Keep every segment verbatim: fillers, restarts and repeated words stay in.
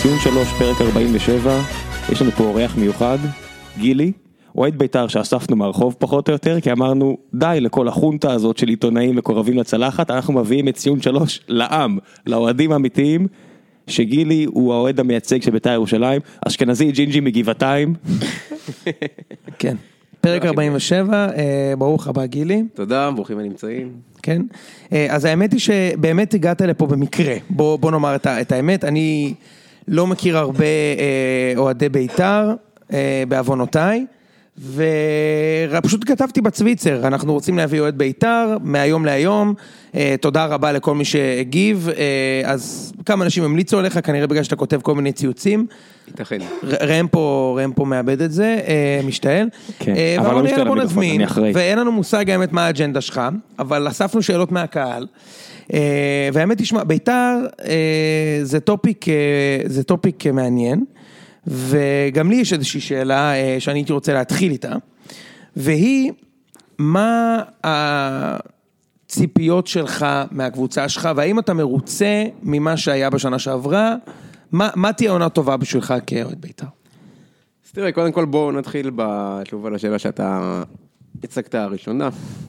ציון שלוש, פרק ארבעים ושבע, יש לנו פה אורח מיוחד, גילי, אוהד בית"ר שאספנו מהרחוב פחות או יותר, כי אמרנו, די לכל החונטה הזאת של עיתונאים מקורבים לצלחת, אנחנו מביאים את ציון שלוש לעם, לאוהדים האמיתיים, שגילי הוא האוהד המייצג של בית"ר ירושלים, אשכנזי ג'ינג'י מגבעתיים. כן. פרק ארבעים ושבע, ברוך הבא גילי. תודה, ברוכים הנמצאים. כן. אז האמת היא שבאמת הגעת לפה במקרה. בוא, בוא נאמר את, את האמת, אני לא מכיר הרבה אוהדי בית"ר בעוונותיי, ופשוט כתבתי בצוויצר, אנחנו רוצים להביא אוהד בית"ר מהיום להיום, תודה רבה לכל מי שהגיב, אז כמה אנשים המליצו עליך, כנראה בגלל שאתה כותב כל מיני ציוצים, ייתכן. ראם פה, ראם פה מאבד את זה, משתעל, אבל לא משתעל, בוא נזמין, אני אחראי. ואין לנו מושג האמת מה האג'נדה שלך, אבל אספנו שאלות מהקהל, והאמת תשמע, בית"ר זה טופיק, זה טופיק מעניין, וגם לי יש איזושהי שאלה שאני הייתי רוצה להתחיל איתה, והיא, מה הציפיות שלך מהקבוצה שלך, והאם אתה מרוצה ממה שהיה בשנה שעברה, מה, מה תהיה עונה טובה בשבילך כאוהד בית"ר? אז תראה, קודם כל בואו נתחיל בתשובה לשאלה שאתה הצגת הראשונה.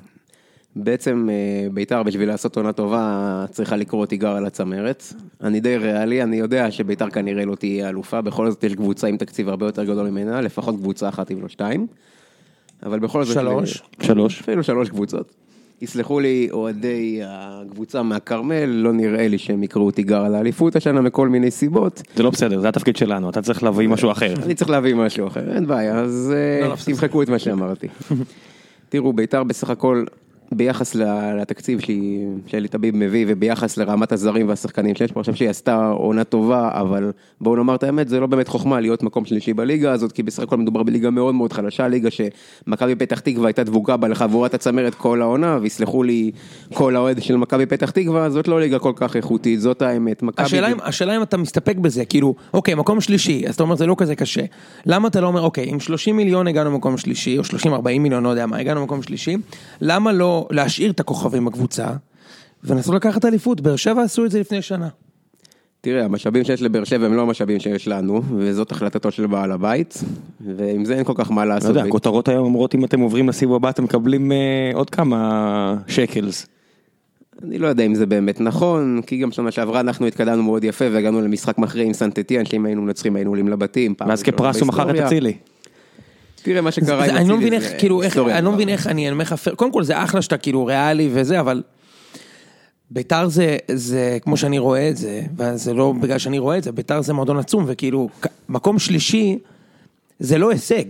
בעצם בית"ר בשביל לעשות עונה טובה צריכה לקרוא תיגר על הצמרת. אני די ריאלי, אני יודע שבית"ר כנראה לא תהיה אלופה, בכל זאת יש קבוצה עם תקציב הרבה יותר גדול ממנה, לפחות קבוצה אחת אם לא שתיים. אבל בכל זאת... שלוש. שלוש. אפילו שלוש קבוצות. יסלחו לי אוהדי הקבוצה מהקרמל, לא נראה לי שהם יקראו תיגר על האליפות השנה מכל מיני סיבות. זה לא בסדר, זה התפקיד שלנו, אתה צריך להביא משהו אחר. אני צריך להביא משהו אחר, אין בעיה, אז תמחקו את מה שאמרתי. תראו, בית"ר בסך הכל, ביחס לתקציב שאלי טביב מביא, וביחס לרמת הזרים והשחקנים שיש פה, אני חושב שהיא עשתה עונה טובה, אבל בואו נאמר את האמת, זה לא באמת חוכמה להיות מקום שלישי בליגה הזאת, כי בסך הכל מדובר בליגה מאוד מאוד חלשה, ליגה שמכבי פתח תקווה הייתה דבוקה בה לחבורת הצמרת כל העונה, ויסלחו לי כל האוהד של מכבי פתח תקווה, זאת לא ליגה כל כך איכותית, זאת האמת. השאלה אם אתה מסתפק בזה, כאילו, אוקיי, מקום שלישי, אז אתה אומר, זה לא כזה קשה. למה אתה לא אומר, אוקיי, עם שלושים מיליון הגענו מקום שלישי, או שלושים ארבעים מיליון, לא יודע מה, הגענו מקום שלישי, למה לא להשאיר את הכוכבים בקבוצה, ונסו לקחת אליפות, באר שבע עשו את זה לפני שנה. תראה, המשאבים שיש לבאר שבע הם לא המשאבים שיש לנו, וזאת החלטתו של בעל הבית, ועם זה אין כל כך מה לעשות. לא יודע, הכותרות היום אומרות, אם אתם עוברים לסיבוב הבא, אתם מקבלים עוד כמה שקלס. אני לא יודע אם זה באמת נכון, כי גם שנה שעברה אנחנו התקדמנו מאוד יפה, והגענו למשחק מכריע עם סנטטיאן, שאם היינו נצחים, היינו עולים לבתים. ואז כפרס הוא מחר את אצילי. תראה מה שקרה עם אני לא מבין איך, כאילו, אני לא מבין איך, אני אומר לך, קודם כל זה אחלה שאתה כאילו ריאלי וזה, אבל בית"ר זה, זה כמו שאני רואה את זה, וזה לא בגלל שאני רואה את זה, בית"ר זה מועדון עצום, וכאילו, מקום שלישי, זה לא הישג.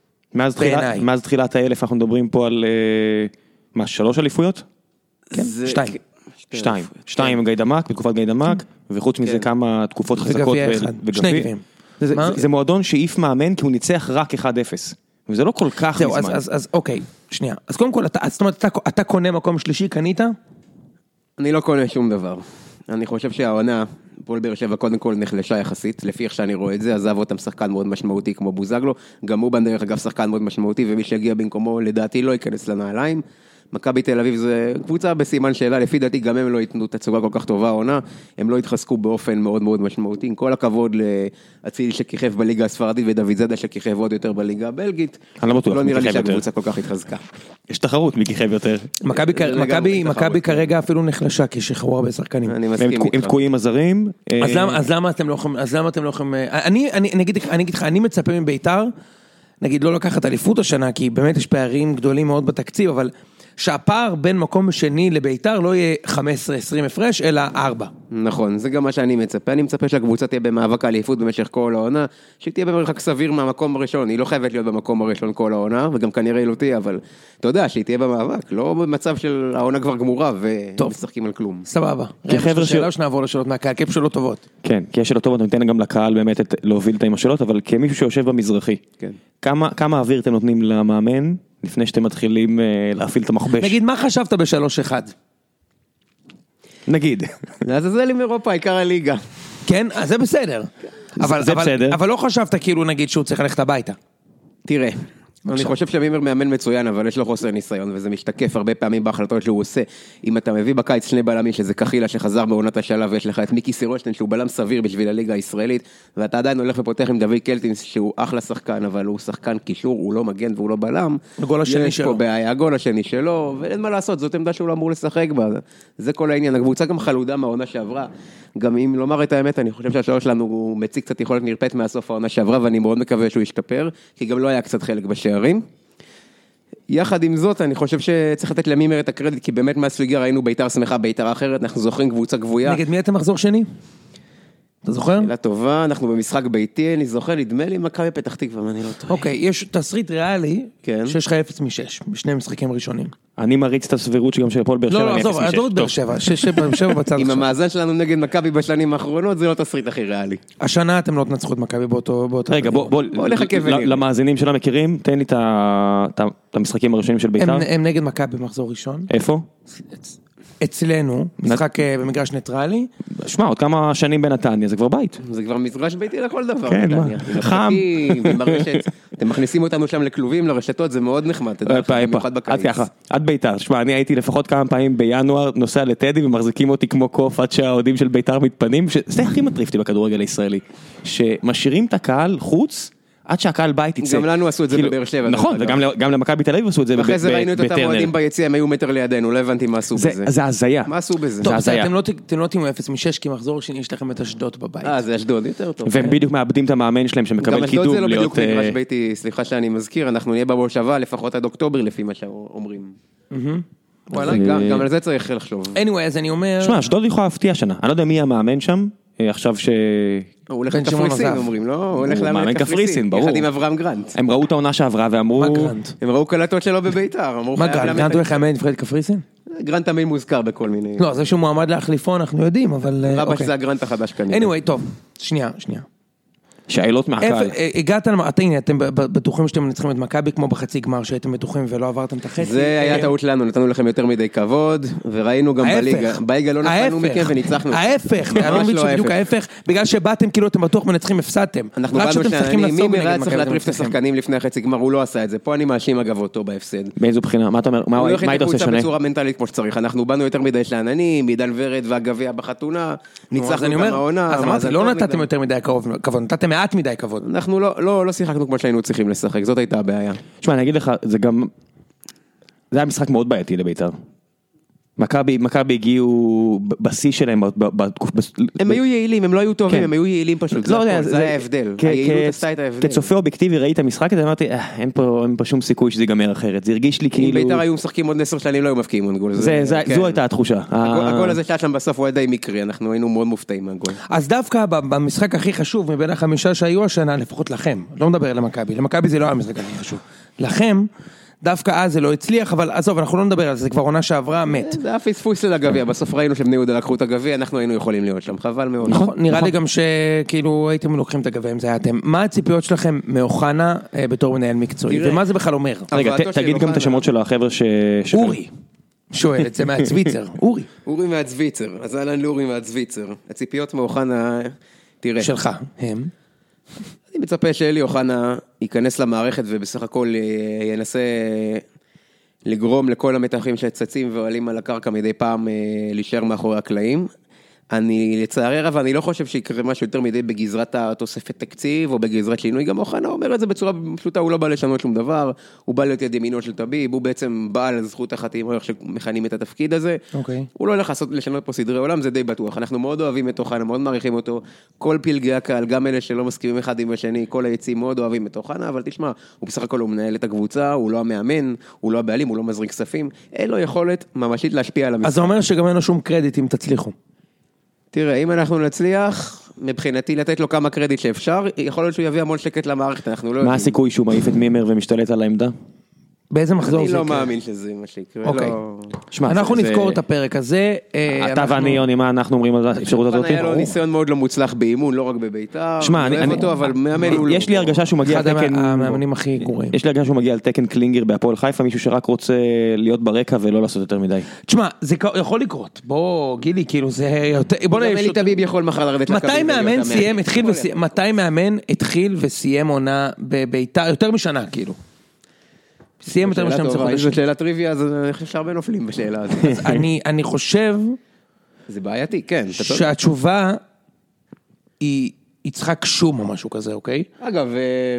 מאז תחילת האלף אנחנו מדברים פה על, מה, שלוש אליפויות? כן, שתיים. שתיים. שתיים עם גיידמק, בתקופת גיידמק, וחוץ מזה כמה תקופות חזקות שני גביעים. זה מועדון שאיף מאמן, כי הוא ניצח רק אחד אפס. וזה לא כל כך מזמן. אז, אז, אז, אוקיי, שנייה. אז קודם כל, אתה, זאת אומרת, אתה, אתה קונה מקום שלישי, קנית? אני לא קונה שום דבר. אני חושב שהעונה, פועל באר שבע קודם כל נחלשה יחסית, לפי איך שאני רואה את זה, עזב אותם שחקן מאוד משמעותי כמו בוזגלו, גם הוא בדרך אגב שחקן מאוד משמעותי, ומי שהגיע במקומו לדעתי לא ייכנס לנעליים. מכבי תל אביב זה קבוצה בסימן שאלה, לפי דעתי גם הם לא ייתנו תצוגה כל כך טובה עונה, הם לא יתחזקו באופן מאוד מאוד משמעותי, עם כל הכבוד לאצילי שכיכב בליגה הספרדית ודוד זאדה שכיכב עוד יותר בליגה הבלגית, לא נראה לי שהקבוצה כל כך התחזקה. יש תחרות מי כיכב יותר. מכבי כרגע אפילו נחלשה, כי שחררו הרבה שחקנים. הם תקועים הזרים. אז למה אתם לא יכולים, אז למה אתם לא יכולים, אני אגיד לך, אני מצפה מבית"ר, נגיד לא לקחת אליפות השנה, כי באמת יש פערים גדולים מאוד בתקציב, אבל שהפער בין מקום שני לביתר לא יהיה חמש עשרה עשרים הפרש, אלא ארבע. נכון, זה גם מה שאני מצפה. אני מצפה שהקבוצה תהיה במאבק האליפות במשך כל העונה, שתהיה במרחק סביר מהמקום הראשון. היא לא חייבת להיות במקום הראשון כל העונה, וגם כנראה היא לא תהיה, אבל אתה יודע שהיא תהיה במאבק, לא במצב של העונה כבר גמורה, ומשחקים על כלום. סבבה. חבר'ה שאלה שנעבור לשאלות מהקהל, כי שאלות טובות. כן, כי יש שאלות טובות, ניתן גם לקהל באמת להוביל את השאלות, אבל כמישהו שיושב במזרחי, כמה כמה אוויר אתם נותנים למאמן לפני שאתם מתחילים להפעיל את המחבש? נגיד, מה חשבת בשלוש אחד? נגיד. אז זה לי מאירופה, עיקר הליגה. כן, אז זה בסדר. זה בסדר. אבל לא חשבת כאילו, נגיד, שהוא צריך ללכת הביתה. תראה, אני חושב שמימר מאמן מצוין, אבל יש לו חוסר ניסיון, וזה משתקף הרבה פעמים בהחלטות שהוא עושה. אם אתה מביא בקיץ שני בלמים, שזה כחילה שחזר בעונת השלב, ויש לך את מיקי סירושטיין, שהוא בלם סביר בשביל הליגה הישראלית, ואתה עדיין הולך ופותח עם דוד קלטינס, שהוא אחלה שחקן, אבל הוא שחקן קישור, הוא לא מגן והוא לא בלם. הגול השני יש פה בעיה, הגול השני שלו, ואין מה לעשות, זאת עמדה שהוא לא אמור לשחק בה. זה כל העניין. הקבוצה גם חלודה מהעונה שעברה. גם אם לומר את האמת, אני חושב שהשלוש שלנו הוא מציג קצת יכולת נרפאת מהסוף העונה שעברה, ואני מאוד מקווה שהוא ישתפר, כי גם לא היה קצת חלק בשערים. יחד עם זאת, אני חושב שצריך לתת למימר את הקרדיט, כי באמת מהסליגה ראינו ביתר שמחה, ביתר אחרת, אנחנו זוכרים קבוצה גבויה. נגד מי אתם מחזור שני? אתה זוכר? שאלה טובה, אנחנו במשחק ביתי, אני זוכר, נדמה לי מכבי פתח תקווה, ואני לא טועה. אוקיי, יש תסריט ריאלי, כן. שיש לך אפס משש, בשני משחקים ראשונים. אני מריץ את הסבירות שגם של הפועל באר שבע. לא, לא, עזוב, עזוב את באר שבע, שש שבע בצד. עם המאזן שלנו נגד מכבי בשנים האחרונות, זה לא תסריט הכי ריאלי. השנה אתם לא תנצחו את מכבי באותו... רגע, בוא נחכה ונראה. למאזינים שלא מכירים, תן לי את המשחקים הראשונים של ביתר. הם נגד מכבי במחזור ראשון. איפה? אצלנו, משחק במגרש ניטרלי. שמע, עוד כמה שנים בנתניה, זה כבר בית. זה כבר מגרש ביתי לכל דבר. כן, מה? חם. אתם מכניסים אותנו שם לכלובים, לרשתות, זה מאוד נחמד. עד ככה, עד ביתר. שמע, אני הייתי לפחות כמה פעמים בינואר, נוסע לטדי ומחזיקים אותי כמו קוף עד שהאוהדים של ביתר מתפנים, שזה הכי מטריפתי בכדורגל הישראלי. שמשאירים את הקהל חוץ, עד שהקהל בית יצא. גם לנו עשו את זה בבאר שבע. נכון, וגם למכבי תל אביב עשו את זה בטרנר. אחרי זה ראינו את אותם אוהדים ביציע, הם היו מטר לידינו, לא הבנתי מה עשו בזה. זה הזיה. מה עשו בזה? טוב, אתם לא תימו אפס משש, כי מחזור שני יש לכם את אשדוד בבית. אה, זה אשדוד, יותר טוב. והם בדיוק מאבדים את המאמן שלהם, שמקבל קידום. גם אשדוד זה לא בדיוק מגרש ביתי, סליחה שאני מזכיר, אנחנו נהיה במושבה לפחות עד אוקטובר, לפי מה שאומרים. גם על זה צריך לחשוב. anyway, אז אני אומר... שמע, אשדוד יכולה להפתיע שנה. אני לא יודע מי המאמן שם, עכשיו ש... הוא הולך לקפריסין, אומרים, לא? הוא הולך לאמן את קפריסין, ברור. יחד עם אברהם גרנט. הם ראו את העונה שעברה ואמרו... מה גרנט? הם ראו קלטות שלו בביתר. מה גרנט? גרנט הולך לאמן את נבחרת קפריסין? גרנט תמיד מוזכר בכל מיני... לא, זה שהוא מועמד להחליפו, אנחנו יודעים, אבל... רבש זה הגרנט החדש כנראה. anyway, טוב, שנייה, שנייה. שאלות מהקהל. הגעת, הנה, אתם בטוחים שאתם מנצחים את מכבי כמו בחצי גמר שהייתם בטוחים ולא עברתם את החצי. זה היה טעות שלנו, נתנו לכם יותר מדי כבוד, וראינו גם בליגה. בליגה לא נתנו מכם וניצחנו. ההפך, אני לא מבין שבדיוק ההפך, בגלל שבאתם כאילו אתם בטוח מנצחים, הפסדתם. אנחנו באנו שאני, מי מראה צריך להטריף את השחקנים לפני החצי גמר, הוא לא עשה את זה. פה אני מאשים אגב אותו בהפסד. באיזו בחינה? מה אתה אומר? מה היית עושה שונה? בצורה מנטלית כמו שצריך. אנחנו באנו יותר מדי שלעננים, עידן ורד והגביע בחתונה, ניצחנו גם העונה. אז אמרתי, לא נתתם יותר מדי כבוד, נתתם מעט מדי כבוד. אנחנו לא, לא, לא שיחקנו כמו שהיינו צריכים לשחק, זאת הייתה הבעיה. תשמע, אני אגיד לך, זה גם, זה היה משחק מאוד בעייתי לביתר. מכבי, מכבי הגיעו בשיא שלהם. הם היו יעילים, הם לא היו טובים, הם היו יעילים פשוט. זה היה ההבדל. היעילות עשתה את ההבדל. כצופה אובייקטיבי ראיתי את המשחק הזה, אמרתי, אין פה שום סיכוי שזה ייגמר אחרת. זה הרגיש לי כאילו... אם ביתר היו משחקים עוד עשר שנים, לא היו מפקיעים עוד גול. זו הייתה התחושה. הגול הזה שהיה שם בסוף הוא היה די מקרי, אנחנו היינו מאוד מופתעים מהגול. אז דווקא במשחק הכי חשוב מבין החמישה שהיו השנה, לפחות לכם, לא מדבר למכבי, למכבי זה לא היה המשחק הכי חשוב. לכם, דווקא אז זה לא הצליח, אבל עזוב, אנחנו לא נדבר על זה, זה כבר עונה שעברה, מת. זה היה פספוס של הגביע, בסוף ראינו שבני יהודה לקחו את הגביע, אנחנו היינו יכולים להיות שם, חבל מאוד. נכון, נראה לי גם שכאילו הייתם לוקחים את הגביע אם זה היה אתם. מה הציפיות שלכם מאוחנה בתור מנהל מקצועי, ומה זה בכלל אומר? רגע, תגיד גם את השמות של החבר'ה ש... אורי, שואל את זה מהצוויצר, אורי. אורי מהצוויצר, אז אהלן לאורי מהצוויצר. הציפיות מאוחנה, תראה. שלך, הם? אני מצפה שאלי אוחנה ייכנס למערכת ובסך הכל ינסה לגרום לכל המתחים שצצים ועולים על הקרקע מדי פעם להישאר מאחורי הקלעים. אני לצערי רב, אני לא חושב שיקרה משהו יותר מדי בגזרת התוספת תקציב או בגזרת שינוי, גם אוחנה אומר את זה בצורה פשוטה, הוא לא בא לשנות שום דבר, הוא בא להיות יד ימינו של טביב, הוא בעצם בא על זכות החתימה, איך שמכנים את התפקיד הזה, okay. הוא לא הולך לעשות, לשנות פה סדרי עולם, זה די בטוח, אנחנו מאוד אוהבים את אוחנה, מאוד מעריכים אותו, כל פלגי הקהל, גם אלה שלא מסכימים אחד עם השני, כל היציאים מאוד אוהבים את אוחנה, אבל תשמע, הוא בסך הכל הוא מנהל את הקבוצה, הוא לא המאמן, הוא לא הבעלים, הוא לא מזריק כספים, אין לו יכולת ממשית להשפיע על המשחק. אז זה אומר שגם אין לו שום קרדיט אם תצליחו. תראה, אם אנחנו נצליח, מבחינתי לתת לו כמה קרדיט שאפשר, יכול להיות שהוא יביא המון שקט למערכת, אנחנו לא יודעים. מה הסיכוי שהוא מעיף את מימר ומשתלט על העמדה? באיזה מחזור זה יקרה? יקרה? אני לא מאמין שזה מה שיקרה. אוקיי. אנחנו נזכור את הפרק הזה. אתה ואני, יוני, מה אנחנו אומרים על האפשרות הזאת? היה לו ניסיון מאוד לא מוצלח באימון, לא רק בביתר. שמע, אני אוהב אותו, אבל מאמן הוא לא. יש לי הרגשה שהוא מגיע על תקן... המאמנים הכי גרועים. יש לי הרגשה שהוא מגיע על תקן קלינגר בהפועל חיפה, מישהו שרק רוצה להיות ברקע ולא לעשות יותר מדי. תשמע, זה יכול לקרות. בוא, גילי, כאילו זה... גם אלי טביב יכול מחר לרדת לקווים. מתי מאמן התחיל וסיים עונה בביתר, יותר משנה, כאילו? סיים יותר מ-שנים עשר חודשים. זאת שאלה טריוויה, אז אני חושב שהרבה נופלים בשאלה הזאת. אני חושב... זה בעייתי, כן. שהתשובה היא יצחק שום או משהו כזה, אוקיי? אגב,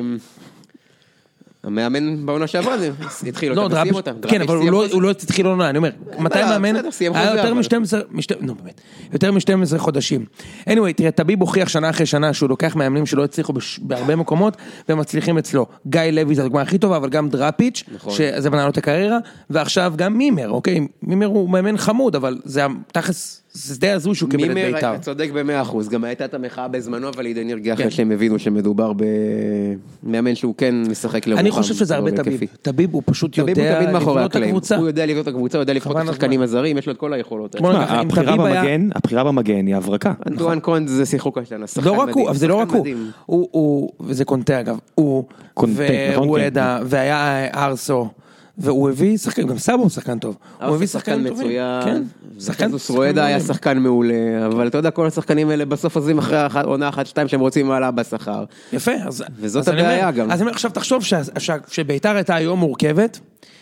המאמן בעונה שעברה, התחיל אותה, וסיים אותה. כן, אבל הוא לא התחיל עונה, אני אומר, מתי מאמן? היה יותר מ-שתים עשרה, נו באמת, יותר מ-שנים עשר חודשים. anyway, תראה, טביב הוכיח שנה אחרי שנה שהוא לוקח מאמנים שלא הצליחו בהרבה מקומות, והם מצליחים אצלו. גיא לוי זה הדוגמה הכי טובה, אבל גם דראפיץ', שזה בנה לו את הקריירה, ועכשיו גם מימר, אוקיי? מימר הוא מאמן חמוד, אבל זה תכלס... זה די הזוי שהוא קיבל את בית"ר. מימר צודק במאה אחוז, גם הייתה את המחאה בזמנו, אבל היא די נרגיעה אחרי שהם הבינו שמדובר במאמן שהוא כן משחק לרוחם. אני חושב שזה הרבה טביב. טביב הוא פשוט יודע לבנות את הקבוצה. הוא יודע לבנות את הקבוצה, הוא יודע לבחור את השחקנים הזרים, יש לו את כל היכולות. הבחירה במגן היא הברקה. אנטואן קונט זה שיחוק השנה. לא רק הוא, אבל זה לא רק הוא. וזה קונטה אגב. הוא ורואדה, והיה ארסו. והוא הביא שחקן, גם סבו הוא שחקן טוב. הוא הביא שחקן מצוין. שחקן רואדה היה שחקן מעולה, אבל אתה יודע, כל השחקנים האלה בסוף עוזבים אחרי עונה אחת, שתיים שהם רוצים מעלה בשכר. יפה. וזאת הבעיה גם. אז עכשיו תחשוב שבית"ר הייתה היום מורכבת,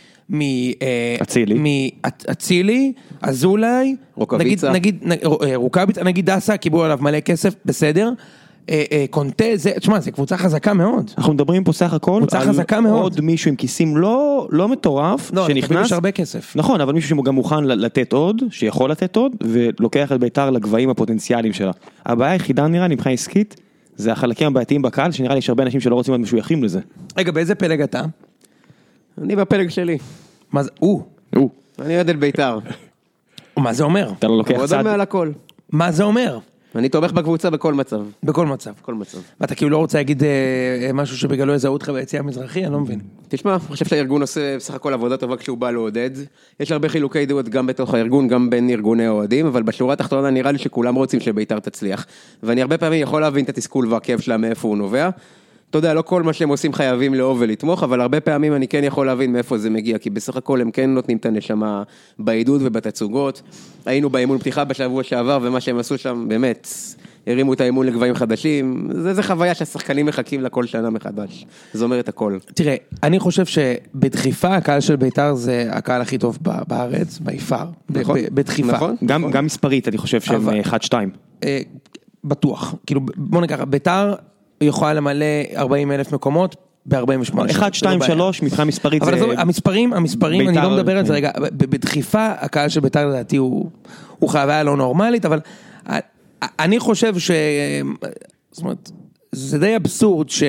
מאצילי, אזולאי, רוקאביצה, רוקאביצה, נגיד דסה, קיבלו עליו מלא כסף, בסדר. קונטה, זה, תשמע, זה קבוצה חזקה מאוד. אנחנו מדברים פה סך הכל על עוד מישהו עם כיסים לא מטורף, שנכנס, הרבה כסף. נכון, אבל מישהו שגם מוכן לתת עוד, שיכול לתת עוד, ולוקח את בית"ר לגבהים הפוטנציאליים שלה. הבעיה היחידה נראה, מבחינה עסקית, זה החלקים הבעייתיים בקהל, שנראה לי שהרבה אנשים שלא רוצים להיות משויכים לזה. רגע, באיזה פלג אתה? אני בפלג שלי. מה זה? הוא. הוא. אני יודע את בית"ר. מה זה אומר? אתה לא לוקח צד. מעל הכל. מה זה אומר? אני תומך בקבוצה בכל מצב. בכל מצב. בכל מצב. ואתה כאילו לא רוצה להגיד משהו שבגללו יזהו אותך ביציאה המזרחי, אני לא מבין. תשמע, אני חושב שהארגון עושה בסך הכל עבודה טובה כשהוא בא לעודד. יש הרבה חילוקי דעות גם בתוך הארגון, גם בין ארגוני האוהדים, אבל בשורה התחתונה נראה לי שכולם רוצים שבית"ר תצליח. ואני הרבה פעמים יכול להבין את התסכול והכאב שלה מאיפה הוא נובע. אתה יודע, לא כל מה שהם עושים חייבים לאהוב ולתמוך, אבל הרבה פעמים אני כן יכול להבין מאיפה זה מגיע, כי בסך הכל הם כן נותנים את הנשמה בעידוד ובתצוגות. היינו באימון פתיחה בשבוע שעבר, ומה שהם עשו שם, באמת, הרימו את האימון לגבהים חדשים. זה, זה חוויה שהשחקנים מחכים לה כל שנה מחדש. זה אומר את הכל. תראה, אני חושב שבדחיפה, הקהל של בית"ר זה הקהל הכי טוב בארץ, ביפר. נכון. בדחיפה. נכון. גם, גם מספרית, אני חושב שהם אחד שתיים. בטוח. כאילו, בוא נקרא, בית"ר יכולה למלא ארבעים אלף מקומות ב-ארבעים ושמונה. אחד, שתיים, שלוש, מבחינה מספרית זה... אבל המספרים, המספרים, אני לא מדבר על זה רגע, בדחיפה, הקהל של בית"ר לדעתי הוא חוויה לא נורמלית, אבל אני חושב ש... זאת אומרת, זה די אבסורד ש...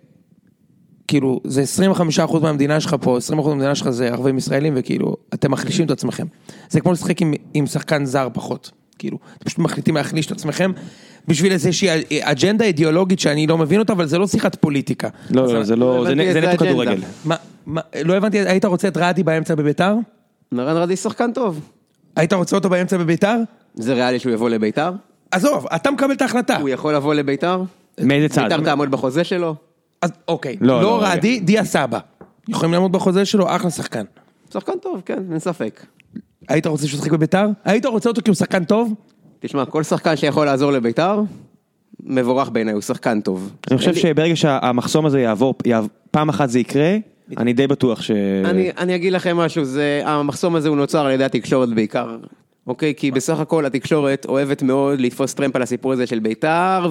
כאילו, זה עשרים וחמישה אחוז מהמדינה שלך פה, עשרים אחוז מהמדינה שלך זה ערבים ישראלים, וכאילו, אתם מחלישים את עצמכם. זה כמו לשחק עם, עם שחקן זר פחות. כאילו, אתם פשוט מחליטים להחליש את עצמכם, בשביל איזושהי אג'נדה אידיאולוגית שאני לא מבין אותה, אבל זה לא שיחת פוליטיקה. לא, לא, זה לא, זה נטו כדורגל. מה, לא הבנתי, היית רוצה את רדי באמצע בביתר? נרן רדי שחקן טוב. היית רוצה אותו באמצע בביתר? זה ריאלי שהוא יבוא לביתר? עזוב, אתה מקבל את ההחלטה. הוא יכול לבוא לביתר? מאיזה צד? ביתר תעמוד בחוזה שלו? אז אוקיי, לא רדי, דיה סבא. יכולים לעמוד בחוזה שלו, אחלה שחקן. שחקן טוב, כן, אין ספק. היית רוצה שהוא שחק בביתר? היית רוצה אותו כי הוא שחקן טוב? תשמע, כל שחקן שיכול לעזור לביתר, מבורך בעיניי, הוא שחקן טוב. אני חושב שברגע שהמחסום הזה יעבור, פעם אחת זה יקרה, אני די בטוח ש... אני אגיד לכם משהו, המחסום הזה הוא נוצר על ידי התקשורת בעיקר, אוקיי? כי בסך הכל התקשורת אוהבת מאוד לתפוס טרמפ על הסיפור הזה של ביתר,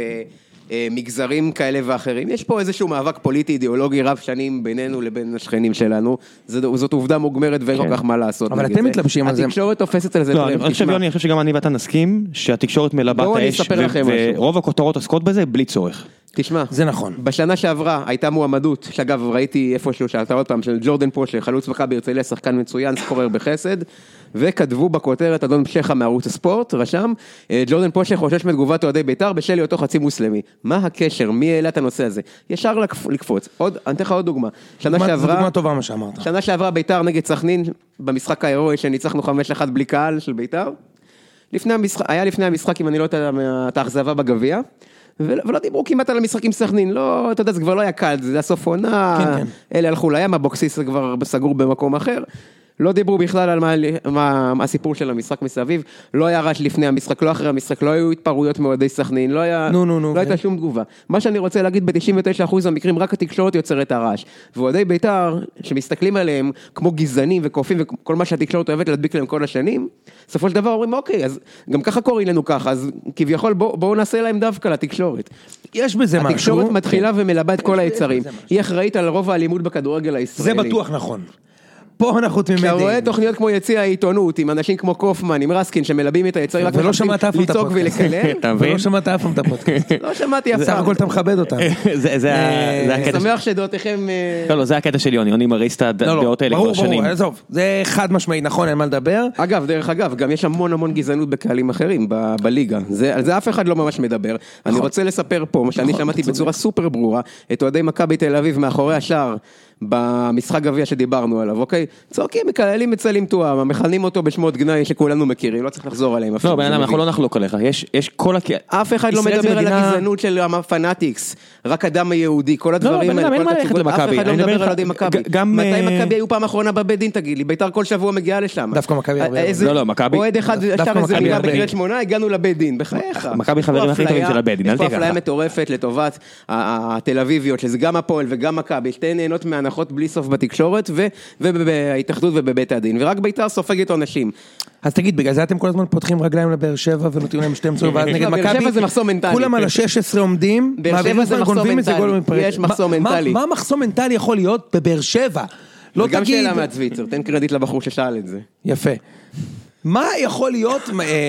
ומגזרים כאלה ואחרים. יש פה איזשהו מאבק פוליטי, אידיאולוגי רב שנים בינינו לבין השכנים שלנו. זאת עובדה מוגמרת ואין כל כך מה לעשות. אבל אתם מתלבשים על זה. התקשורת תופסת על זה. לא, אני חושב, יוני, אני חושב שגם אני ואתה נסכים שהתקשורת מלבה את האש, ורוב הכותרות עוסקות בזה בלי צורך. תשמע, זה נכון. בשנה שעברה הייתה מועמדות, שאגב ראיתי איפשהו שאתה עוד פעם, של ג'ורדן פושר, חלוץ מכבי הרצליה, שחקן מצוין, סקורר בחסד, וכתבו בכותרת אדון פשחה מערוץ הספורט, רשם, ג'ורדן פושר חושש מתגובת אוהדי בית"ר בשל היותו חצי מוסלמי. מה הקשר? מי העלה את הנושא הזה? ישר לקפוץ. עוד, אני אתן לך עוד דוגמה. שנה שעברה, זו דוגמה טובה מה שאמרת. שנה שעברה בית"ר נגד סכנין, במשחק ההירואי שניצחנו חמש אחת בלי קהל של בית"ר. לפני המשחק, היה לפני המשחק, אם אני לא יודע, את האכזבה בגביע. ולא דיברו כמעט על המשחק עם סכנין, לא, אתה יודע, זה כבר לא היה קל, זה היה סוף עונה, אלה הלכו לים, הבוקסיס כבר סגור במקום אחר, לא דיברו בכלל על מה, מה, מה הסיפור של המשחק מסביב, לא היה רעש לפני המשחק, לא אחרי המשחק, לא היו התפרעויות מאוהדי סכנין, לא, היה, נו, נו, נו, לא הייתה שום תגובה. מה שאני רוצה להגיד, ב-תשעים ותשעה אחוז המקרים רק התקשורת יוצרת הרעש. ואוהדי בית"ר, שמסתכלים עליהם כמו גזענים וקופים וכל מה שהתקשורת אוהבת להדביק להם כל השנים, בסופו של דבר אומרים, אוקיי, אז גם ככה קוראים לנו ככה, אז כביכול בואו בוא נעשה להם דווקא לתקשורת. יש בזה משהו. התקשורת מתחילה ומלבה את כל היצרים. היא אחראית על רוב האלימות בכדורגל הישראלי. זה בטוח נכון. פה אנחנו תמימי דעים. כשאתה רואה תוכניות כמו יציע העיתונות, עם אנשים כמו קופמן, עם רסקין, שמלבים את היצרים, רק ולא שמעת אף פעם את לצעוק הפודקאסט. ולקלל. ולא שמעת אף פעם את הפודקאסט. לא שמעתי אף פעם. סך הכל אתה מכבד אותם. זה אני הקטע. שמח שדעותיכם... לא, לא, זה הקטע של יוני, יוני מריס את הדעות האלה כבר שנים. ברור, עזוב, זה חד משמעית, נכון, אין מה לדבר. אגב, דרך אגב, גם יש המון המון גזענות בקהלים אחרים בליגה. על זה אף אחד לא ממש מדבר. אני רוצה לספר פה, מה שאני שמעתי בצורה סופר ברורה, את אוהדי מכבי תל אביב מאחורי השער, במשחק גביע שדיברנו עליו, אוקיי? צועקים, מקללים מצלים תואם, מכנים אותו בשמות גנאי שכולנו מכירים, לא צריך לחזור עליהם. לא, בן אדם, אנחנו לא נחלוק עליך, יש כל... אף אחד לא מדבר על הגזענות של הפנאטיקס, רק אדם היהודי, כל הדברים האלה, אף אחד לא מדבר על אוהדי מכבי. מתי מכבי היו פעם אחרונה בבית דין, תגיד לי? בית"ר כל שבוע מגיעה לשם. דווקא מכבי הרבה. לא, לא, מכבי. אוהד אחד שר איזה מילה בקריית שמונה, הגענו לבית דין, בחייך. מכבי חברים הכי טובים של הבית דין, אל יש פה תיקח. אפליה מטורפת לטובת התל אביביות, שזה גם הפועל וגם מכבי, שתיהן נהנות מהנחות בלי סוף בתקשורת ובהתאחדות ובבית הדין, ורק בית"ר סופגת עונשים. אז תגיד, בגלל זה אתם כל הזמן פותחים רגליים לבאר שבע ונותנים להם שתי מצויים, ואז נגד מכבי, באר שבע זה מחסום מנטלי. כולם על ה-שש עשרה עומדים, באר שבע זה מחסום מנטלי. יש מחסום מנטלי. מה מחסום מנטלי יכול להיות בבאר שבע? לא וגם תגיד... שאלה מהצוויצר, תן קרדיט לבחור ששאל את זה. יפה. מה יכול להיות,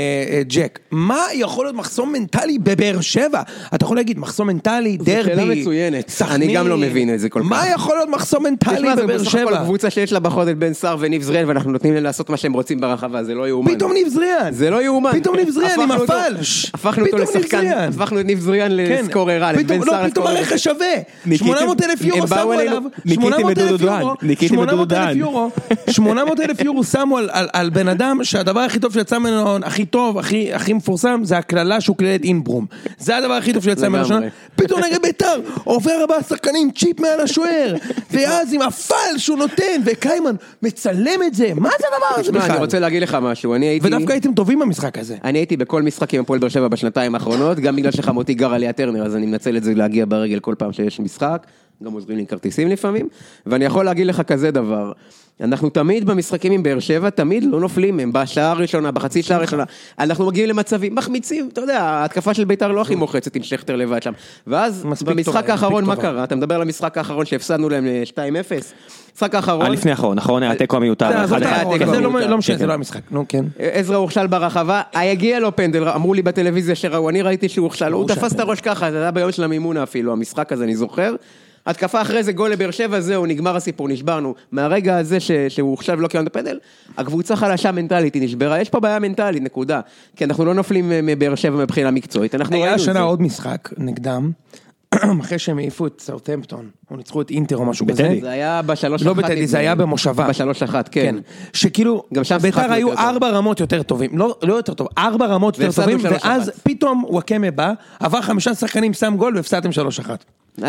ג'ק, מה יכול להיות מחסום מנטלי בבאר שבע? אתה יכול להגיד, מחסום מנטלי, דרבי, שאלה מצוינת, אני גם לא מבין את זה כל כך. מה יכול להיות מחסום מנטלי בבאר בסך הכל שבע? קבוצה שיש לה בחוד את בן סער וניב זריאן, ואנחנו נותנים להם לעשות מה שהם רוצים ברחבה, זה לא יאומן. פתאום ניב זריאן. זה לא יאומן. פתאום ניב זריאן עם הפל. הפכנו אותו לשחקן, הפכנו את ניב זריאן לסקורר א', בן סער פתאום הרכש שווה. שמונה מאות אלף יורו שמו עליו. שמונה מאות אלף יורו. שמונה מאות אלף יורו. שמונה מאות אלף יורו שמו על בן אדם שהדבר הכי טוב שיצא ממנו, הכי טוב, הכי, הכי מפורסם, זה הכללה שהוא כללת אינברום. זה הדבר הכי טוב שיצא ממנו. פתאום נגד בית"ר, עובר ארבעה שחקנים, צ'יפ מעל השוער, ואז עם הפל שהוא נותן, וקיימן מצלם את זה. מה זה הדבר הזה בכלל? אני רוצה להגיד לך משהו, אני הייתי... ודווקא הייתם טובים במשחק הזה. אני הייתי בכל משחק עם הפועל באר שבע בשנתיים האחרונות, גם בגלל שחמותי גר עליה טרנר, אז אני מנצל את זה להגיע ברגל כל פעם שיש משחק, גם עוזרים לי כרטיסים לפעמים, ואני יכול להגיד לך כזה דבר, אנחנו תמיד במשחקים עם באר שבע, תמיד לא נופלים הם, בשעה הראשונה, בחצי שעה הראשונה, אנחנו מגיעים למצבים, מחמיצים, אתה יודע, ההתקפה של בית"ר לא הכי מוחצת עם שכטר לבד שם, ואז במשחק האחרון מה קרה? אתה מדבר על המשחק האחרון שהפסדנו להם ל-שתיים אפס, משחק האחרון... לפני האחרון, נכון, התיקו המיותר. זה לא משנה, זה לא המשחק, נו כן. עזרא הוכשל ברחבה, הגיע לו פנדל, אמרו לי בטלוויזיה שראו, אני ראיתי שהוא הוכשל, הוא תפס את הראש ככה, זה היה ביום של המימונה אפילו, המשחק הזה אני זוכר, התקפה אחרי זה גול לבאר שבע, זהו, נגמר הסיפור, נשברנו. מהרגע הזה ש... שהוא עכשיו לא קיבלנו את הפנדל, הקבוצה חלשה מנטלית, היא נשברה. יש פה בעיה מנטלית, נקודה. כי אנחנו לא נופלים מבאר שבע מבחינה מקצועית. היה השנה עוד משחק נגדם, אחרי שהם העיפו את סאות'המפטון, או ניצחו את אינטר או משהו כזה. זה היה בשלוש אחת. לא בטדי, זה היה במושבה. בשלוש אחת, כן. שכאילו, בית"ר היו ארבע רמות יותר טובים, לא יותר טוב, ארבע רמות יותר טובים, ואז פתאום וואקמה בא, עבר חמישה שחקנים, שם גול, והפסדתם שלוש אחת.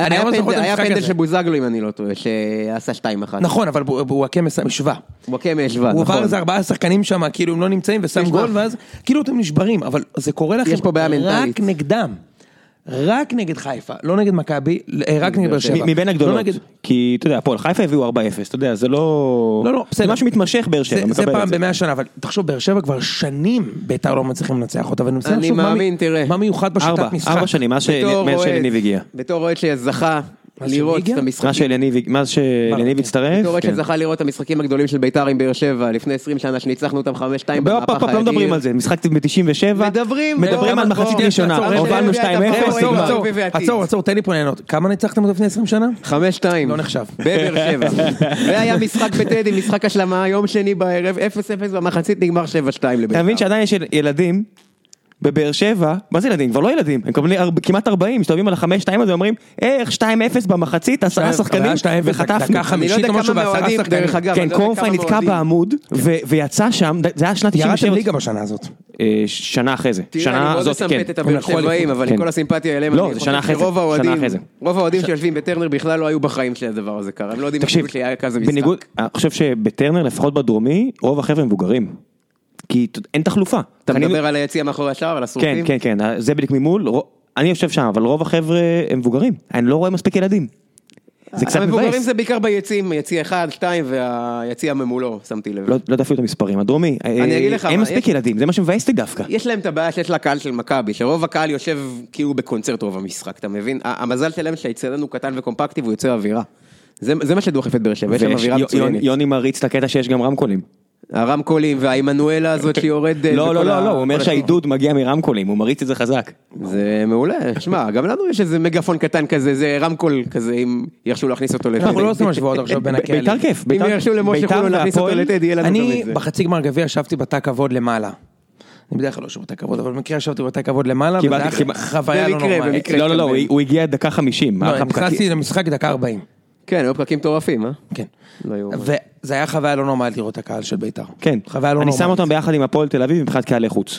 היה פנדל של בוזגלו, אם אני לא טועה, שעשה שתיים אחת. נכון, אבל וואקמה השווה. וואקמה השווה, נכון. הוא עבר איזה ארבעה שחקנים שם, כאילו הם לא נמצאים, ושם גול, ואז כאילו אתם נשברים, אבל זה קורה לכם רק נגדם. רק נגד חיפה, לא נגד מכבי, רק נגד באר שבע. מבין הגדולות, כי אתה יודע, הפועל חיפה הביאו ארבע אפס, אתה יודע, זה לא... לא, לא, זה משהו מתמשך באר שבע, זה פעם במאה שנה, אבל תחשוב, באר שבע כבר שנים בית"ר לא מצליחים לנצח אותה, אני מאמין, תראה. מה מיוחד בשיטת משחק? ארבע שנים, מה שאליניב הגיע. בתור רועד שזכה לראות את המשחקים. מה שאליניב הצטרף? בתור רועד שזכה לראות את המשחקים הגדולים של בית"ר עם באר שבע, לפני עשרים שנה שניצחנו אותם חמש שתיים במהפך האדיר. לא מדברים על זה, משחק ב-תשעים ושבע, מדברים, מדברים על מחצית ראשונה, הובלנו שתיים אפס. עצור, עצור, תן לי פה נהנות. כמה ניצחתם אותו לפני עשרים שנה? חמש שתיים. לא נחשב. בבאר שבע. והיה משחק בטדי, משחק השלמה, יום שני בערב, אפס אפס, במחצית נגמר שבע שתיים לבית"ר. אתה מבין שעדיין יש ילדים בבאר שבע, מה זה ילדים? כבר לא ילדים, הם מקבלים כמעט ארבעים, מסתובבים על החמש שתיים הזה, אומרים, איך שתיים אפס במחצית, עשרה שחקנים, וחטפנו. אני לא יודע כמה מהאוהדים, דרך אגב, כן, קורנפיין נתקע בעמוד, ויצא שם, זה היה שנת תשעים ושבע. ירדתם ליגה בשנה הזאת. שנה אחרי זה. תראה, אני מאוד מסמפת את הבאר שבעים, אבל עם כל הסימפתיה אליהם, לא, זה שנה אחרי זה. רוב האוהדים שיושבים בטרנר בכלל לא היו בחיים שהדבר הזה קרה, הם לא יודעים שהיה כזה משחק. אני חושב שבטרנר, לפחות בדרומי, רוב החבר'ה מבוגרים. כי אין תחלופה. אתה מדבר על היציאה מאחורי השער, על השרופים? כן, כן, כן, זה בדיוק ממול, אני יושב שם, אבל רוב החבר'ה הם מבוגרים, אני לא רואה מספיק ילדים. זה קצת מבאס. המבוגרים זה בעיקר ביציאים, יציע אחד, שתיים, והיציע ממולו, שמתי לב. לא יודע אפילו את המספרים, הדרומי, אין מספיק ילדים, זה מה שמבאס לי דווקא. יש להם את הבעיה שיש לקהל של מכבי, שרוב הקהל יושב כאילו בקונצרט רוב המשחק, אתה מבין? המזל שלהם שהיצרנו קטן וקומפקטי והוא יוצא אווירה. זה מה שדוחף את באר שבע, יש שם אווירה מצוינת. יוני מריץ את הקטע שיש גם רמקולים. הרמקולים והאימנואלה הזאת שיורד... לא, לא, לא, הוא אומר שהעידוד מגיע מרמקולים, הוא מריץ את זה חזק. זה מעולה, שמע, גם לנו יש איזה מגפון קטן כזה, זה רמקול כזה, אם ירשו להכניס אותו לטדי. אנחנו לא עושים השוואות עכשיו בין הקהל. ביתר כיף. אם ירשו למשה חולון להכניס אותו לטדי, יהיה לנו גם את זה. אני בחצי גמר גביע ישבתי בתא כבוד למעלה. אני בדרך כלל לא יושב בתא כבוד, אבל במקרה ישבתי בתא כבוד למעלה, וזה היה חוויה לא נורמלית. לא, לא, לא, הוא הגיע דקה חמישים. לא, נכנסתי למשחק דקה ארבעים. כן, היו פרקים טורפים, אה? כן. וזה היה חוויה לא נורמלית לראות את הקהל של ביתר. כן. חוויה לא אני נורמלית. שם אותם ביחד עם הפועל תל אביב מבחינת קהלי חוץ,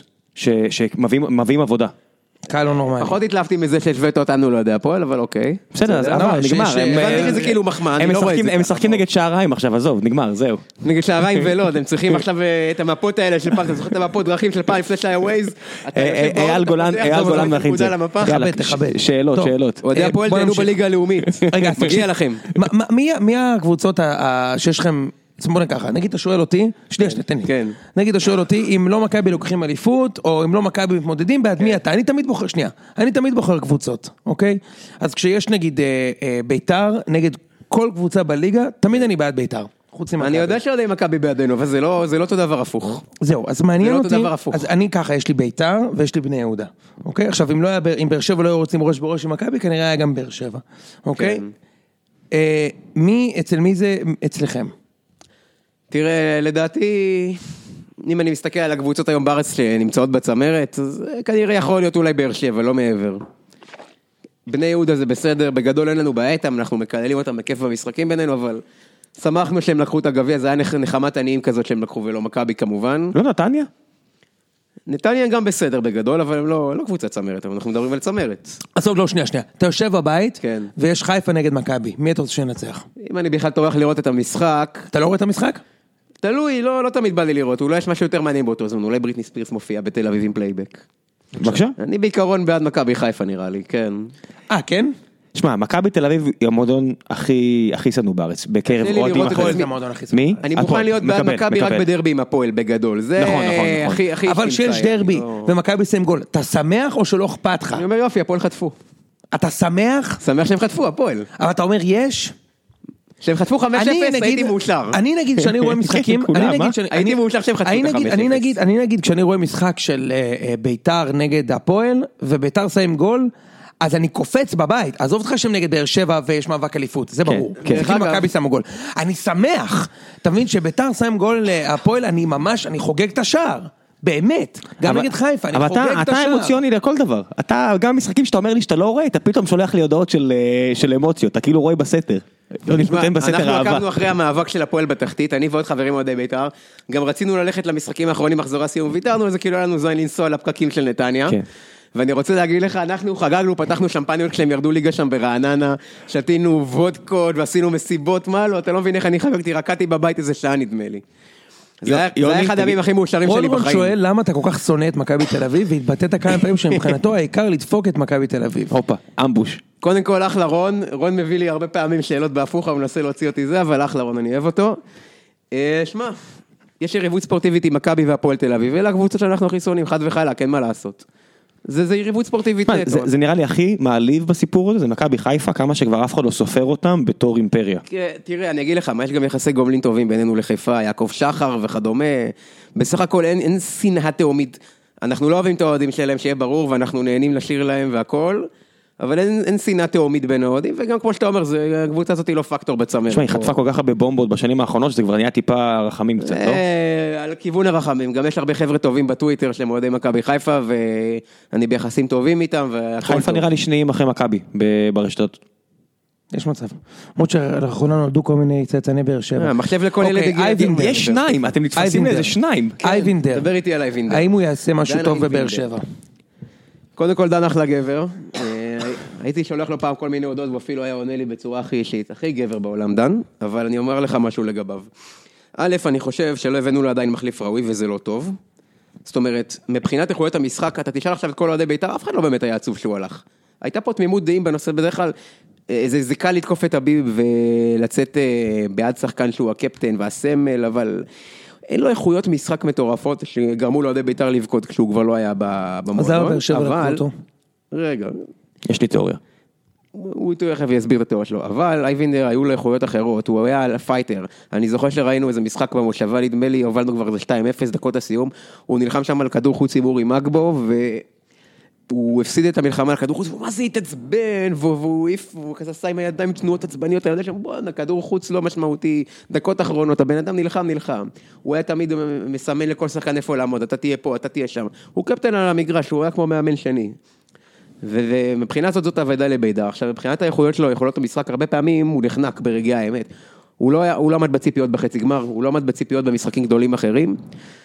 שמביאים עבודה. קהל לא נורמלי. פחות התלהבתי מזה שהשווית אותנו, לא יודע, הפועל, אבל אוקיי. בסדר, אז נגמר. הבנתי שזה כאילו מחמאה, אני לא רואה את זה. הם משחקים נגד שעריים עכשיו, עזוב, נגמר, זהו. נגד שעריים ולא, הם צריכים עכשיו את המפות האלה של פעם, אתה זוכר את המפות דרכים של פעם לפני שהיה ווייז? אייל גולן, אייל גולן מכין את זה. יאללה, תכבד. שאלות, שאלות. אוהדי הפועל תהנו בליגה הלאומית. רגע, מגיע לכם. מי הקבוצות שיש לכם... בוא נקחה, נגיד אתה שואל אותי, שנייה שנייה, תן לי. כן. נגיד אתה שואל אותי, אם לא מכבי לוקחים אליפות, או אם לא מכבי מתמודדים, בעד מי אתה? אני תמיד בוחר, שנייה, אני תמיד בוחר קבוצות, אוקיי? אז כשיש נגיד ביתר, נגד כל קבוצה בליגה, תמיד אני בעד ביתר. אני יודע שעודי מכבי בעדנו, אבל זה לא אותו דבר הפוך. זהו, אז מעניין אותי, אז אני ככה, יש לי ביתר ויש לי בני יהודה, אוקיי? עכשיו, אם באר שבע לא היו רוצים ראש בראש עם מכבי, כנראה היה גם באר שבע, אוקיי? מי, אצל מי זה אצלכם? תראה, לדעתי, אם אני מסתכל על הקבוצות היום בארץ שנמצאות בצמרת, אז כנראה יכול להיות אולי באר שבע, לא מעבר. בני יהודה זה בסדר, בגדול אין לנו בעייתם, אנחנו מקללים אותם בכיף במשחקים בינינו, אבל שמחנו שהם לקחו את הגביע, זה היה נחמת עניים כזאת שהם לקחו, ולא מכבי כמובן. לא נתניה? נתניה גם בסדר בגדול, אבל הם לא, לא קבוצת צמרת, אבל אנחנו מדברים על צמרת. עזוב, לא, שנייה, שנייה. אתה יושב בבית, כן. ויש חיפה נגד מכבי. מי אתה רוצה שנצח? אם אני בכלל טורח לראות את המשחק... אתה לא רואה את המשחק? תלוי, לא, לא תמיד בא לי לראות, אולי יש משהו יותר מעניין באותו זמן, אולי בריטני ספירס מופיע בתל אביב עם פלייבק. בבקשה? אני בעיקרון בעד מכבי חיפה נראה לי, כן. אה, כן? שמע, מכבי תל אביב היא המועדון הכי הכי שנוא בארץ, בקרב אוהדים אחרים. מי? אני מוכן להיות בעד מכבי רק בדרבי עם הפועל בגדול, זה הכי הכי... אבל שיש דרבי ומכבי שמים גול, אתה שמח או שלא אכפת לך? אני אומר יופי, הפועל חטפו. אתה שמח? שמח שהם חטפו, הפועל. אבל אתה אומר יש? שהם חטפו חמש אפס, הייתי מאושר. אני נגיד כשאני רואה משחקים, הייתי מאושר שהם חטפו את ה-חמש אפס. אני נגיד כשאני רואה משחק של ביתר נגד הפועל, וביתר שמים גול, אז אני קופץ בבית, עזוב אותך שהם נגד באר שבע ויש מאבק אליפות, זה ברור. כי מכבי שמו גול. אני שמח, אתה מבין שביתר שם גול להפועל, אני ממש, אני חוגג את השער. באמת, גם נגד חיפה, אני חוגג את השער. אבל אתה אמוציוני לכל דבר. אתה, גם משחקים שאתה אומר לי שאתה לא רואה, אתה פתאום שולח לי הודעות של אמוציות, אתה כאילו רואה בסתר. אנחנו עקבנו אחרי המאבק של הפועל בתחתית, אני ועוד חברים אוהדי בית"ר, גם רצינו ללכת למשחקים האחרונים מחזור הסיום, ויתרנו, זה כאילו היה לנו זין לנסוע לפקקים של נתניה. ואני רוצה להגיד לך, אנחנו חגגנו, פתחנו שמפניות כשהם ירדו ליגה שם ברעננה, שתינו וודקות ועשינו מסיבות, מה לא, אתה לא מבין איך אני חגגתי, רקעתי בבית איזה שעה נדמה לי. זה היה אחד הימים הכי מאושרים שלי בחיים. רון שואל למה אתה כל כך שונא את מכבי תל אביב, והתבטאת כמה פעמים שמבחינתו העיקר לדפוק את מכבי תל אביב. הופה, אמבוש. קודם כל אחלה רון, רון מביא לי הרבה פעמים שאלות בהפוך, הוא מנסה להוציא אותי זה, אבל אחלה רון, אני אוהב אותו. שמע, יש יריבות ספורטיבית עם מכבי והפועל תל אביב, ואלה הקבוצות שאנחנו הכי שונאים, חד וחלק, אין מה לעשות. זה, זה יריבות ספורטיבית נטו. זה, זה נראה לי הכי מעליב בסיפור הזה, זה מכבי חיפה, כמה שכבר אף אחד לא סופר אותם בתור אימפריה. תראה, אני אגיד לך, מה יש גם יחסי גומלין טובים בינינו לחיפה, יעקב שחר וכדומה, בסך הכל אין, אין שנאה תאומית, אנחנו לא אוהבים את האוהדים שלהם, שיהיה ברור, ואנחנו נהנים לשיר להם והכל, אבל אין, אין שנאה תאומית בין האוהדים, וגם כמו שאתה אומר, זה, הקבוצה הזאת היא לא פקטור בצמרת. תשמע, היא חטפה כל כך הרבה בומבות בשנים האחרונות, שזה כבר נהיה טיפה רחמים קצת, לא? על כיוון הרחמים, גם יש הרבה חבר'ה טובים בטוויטר שהם אוהדי מכבי חיפה, ואני ביחסים טובים איתם, חיפה נראה לי שניים אחרי מכבי ברשתות. יש מצב. למרות שלאחרונה נולדו כל מיני צייצני באר שבע. מחשב לכל ילד הגיע. יש שניים, אתם נתפסים לאיזה שניים. אייבינדר. דבר איתי על אייבינדר. האם הוא יעשה משהו טוב בבאר שבע? קודם כל דן אחלה גבר. הייתי שולח לו פעם כל מיני הודות, ואפילו היה עונה לי בצורה הכי אישית. הכי גבר בעולם דן, אבל אני אומר לך משהו לגביו. א', אני חושב שלא הבאנו לו עדיין מחליף ראוי, וזה לא טוב. זאת אומרת, מבחינת איכויות המשחק, אתה תשאל עכשיו את כל אוהדי בית"ר, אף אחד לא באמת היה עצוב שהוא הלך. הייתה פה תמימות דעים בנושא, בדרך כלל, זה, זה קל לתקוף את הביב ולצאת בעד שחקן שהוא הקפטן והסמל, אבל אין לו איכויות משחק מטורפות שגרמו לו אוהדי בית"ר לבכות כשהוא כבר לא היה במועדון. אז למה באר שבע לקחו אותו? רגע. יש לי תיאוריה. הוא תכף יסביר את התיאוריה שלו, אבל אייבינדר היו לו איכויות אחרות, הוא היה פייטר, אני זוכר שראינו איזה משחק במושבה, נדמה לי, הובלנו כבר איזה שתיים אפס דקות הסיום, הוא נלחם שם על כדור חוץ הימור עם אגבו, והוא הפסיד את המלחמה על כדור חוץ, ומה זה התעצבן, והוא העיף, והוא כזה עשה עם הידיים תנועות עצבניות, אני יודע שם, בואנה, כדור חוץ לא משמעותי, דקות אחרונות, הבן אדם נלחם, נלחם, הוא היה תמיד מסמן לכל שחקן איפה לעמוד, אתה תהיה פה, אתה תהיה שם, הוא קפטן על המגרש, הוא היה כמו מאמן שני. ומבחינת זאת זאת עבודה לבית"ר. עכשיו, מבחינת האיכויות שלו, יכולות המשחק, הרבה פעמים הוא נחנק ברגעי האמת. הוא לא, הוא לא עמד בציפיות בחצי גמר, הוא לא עמד בציפיות במשחקים גדולים אחרים,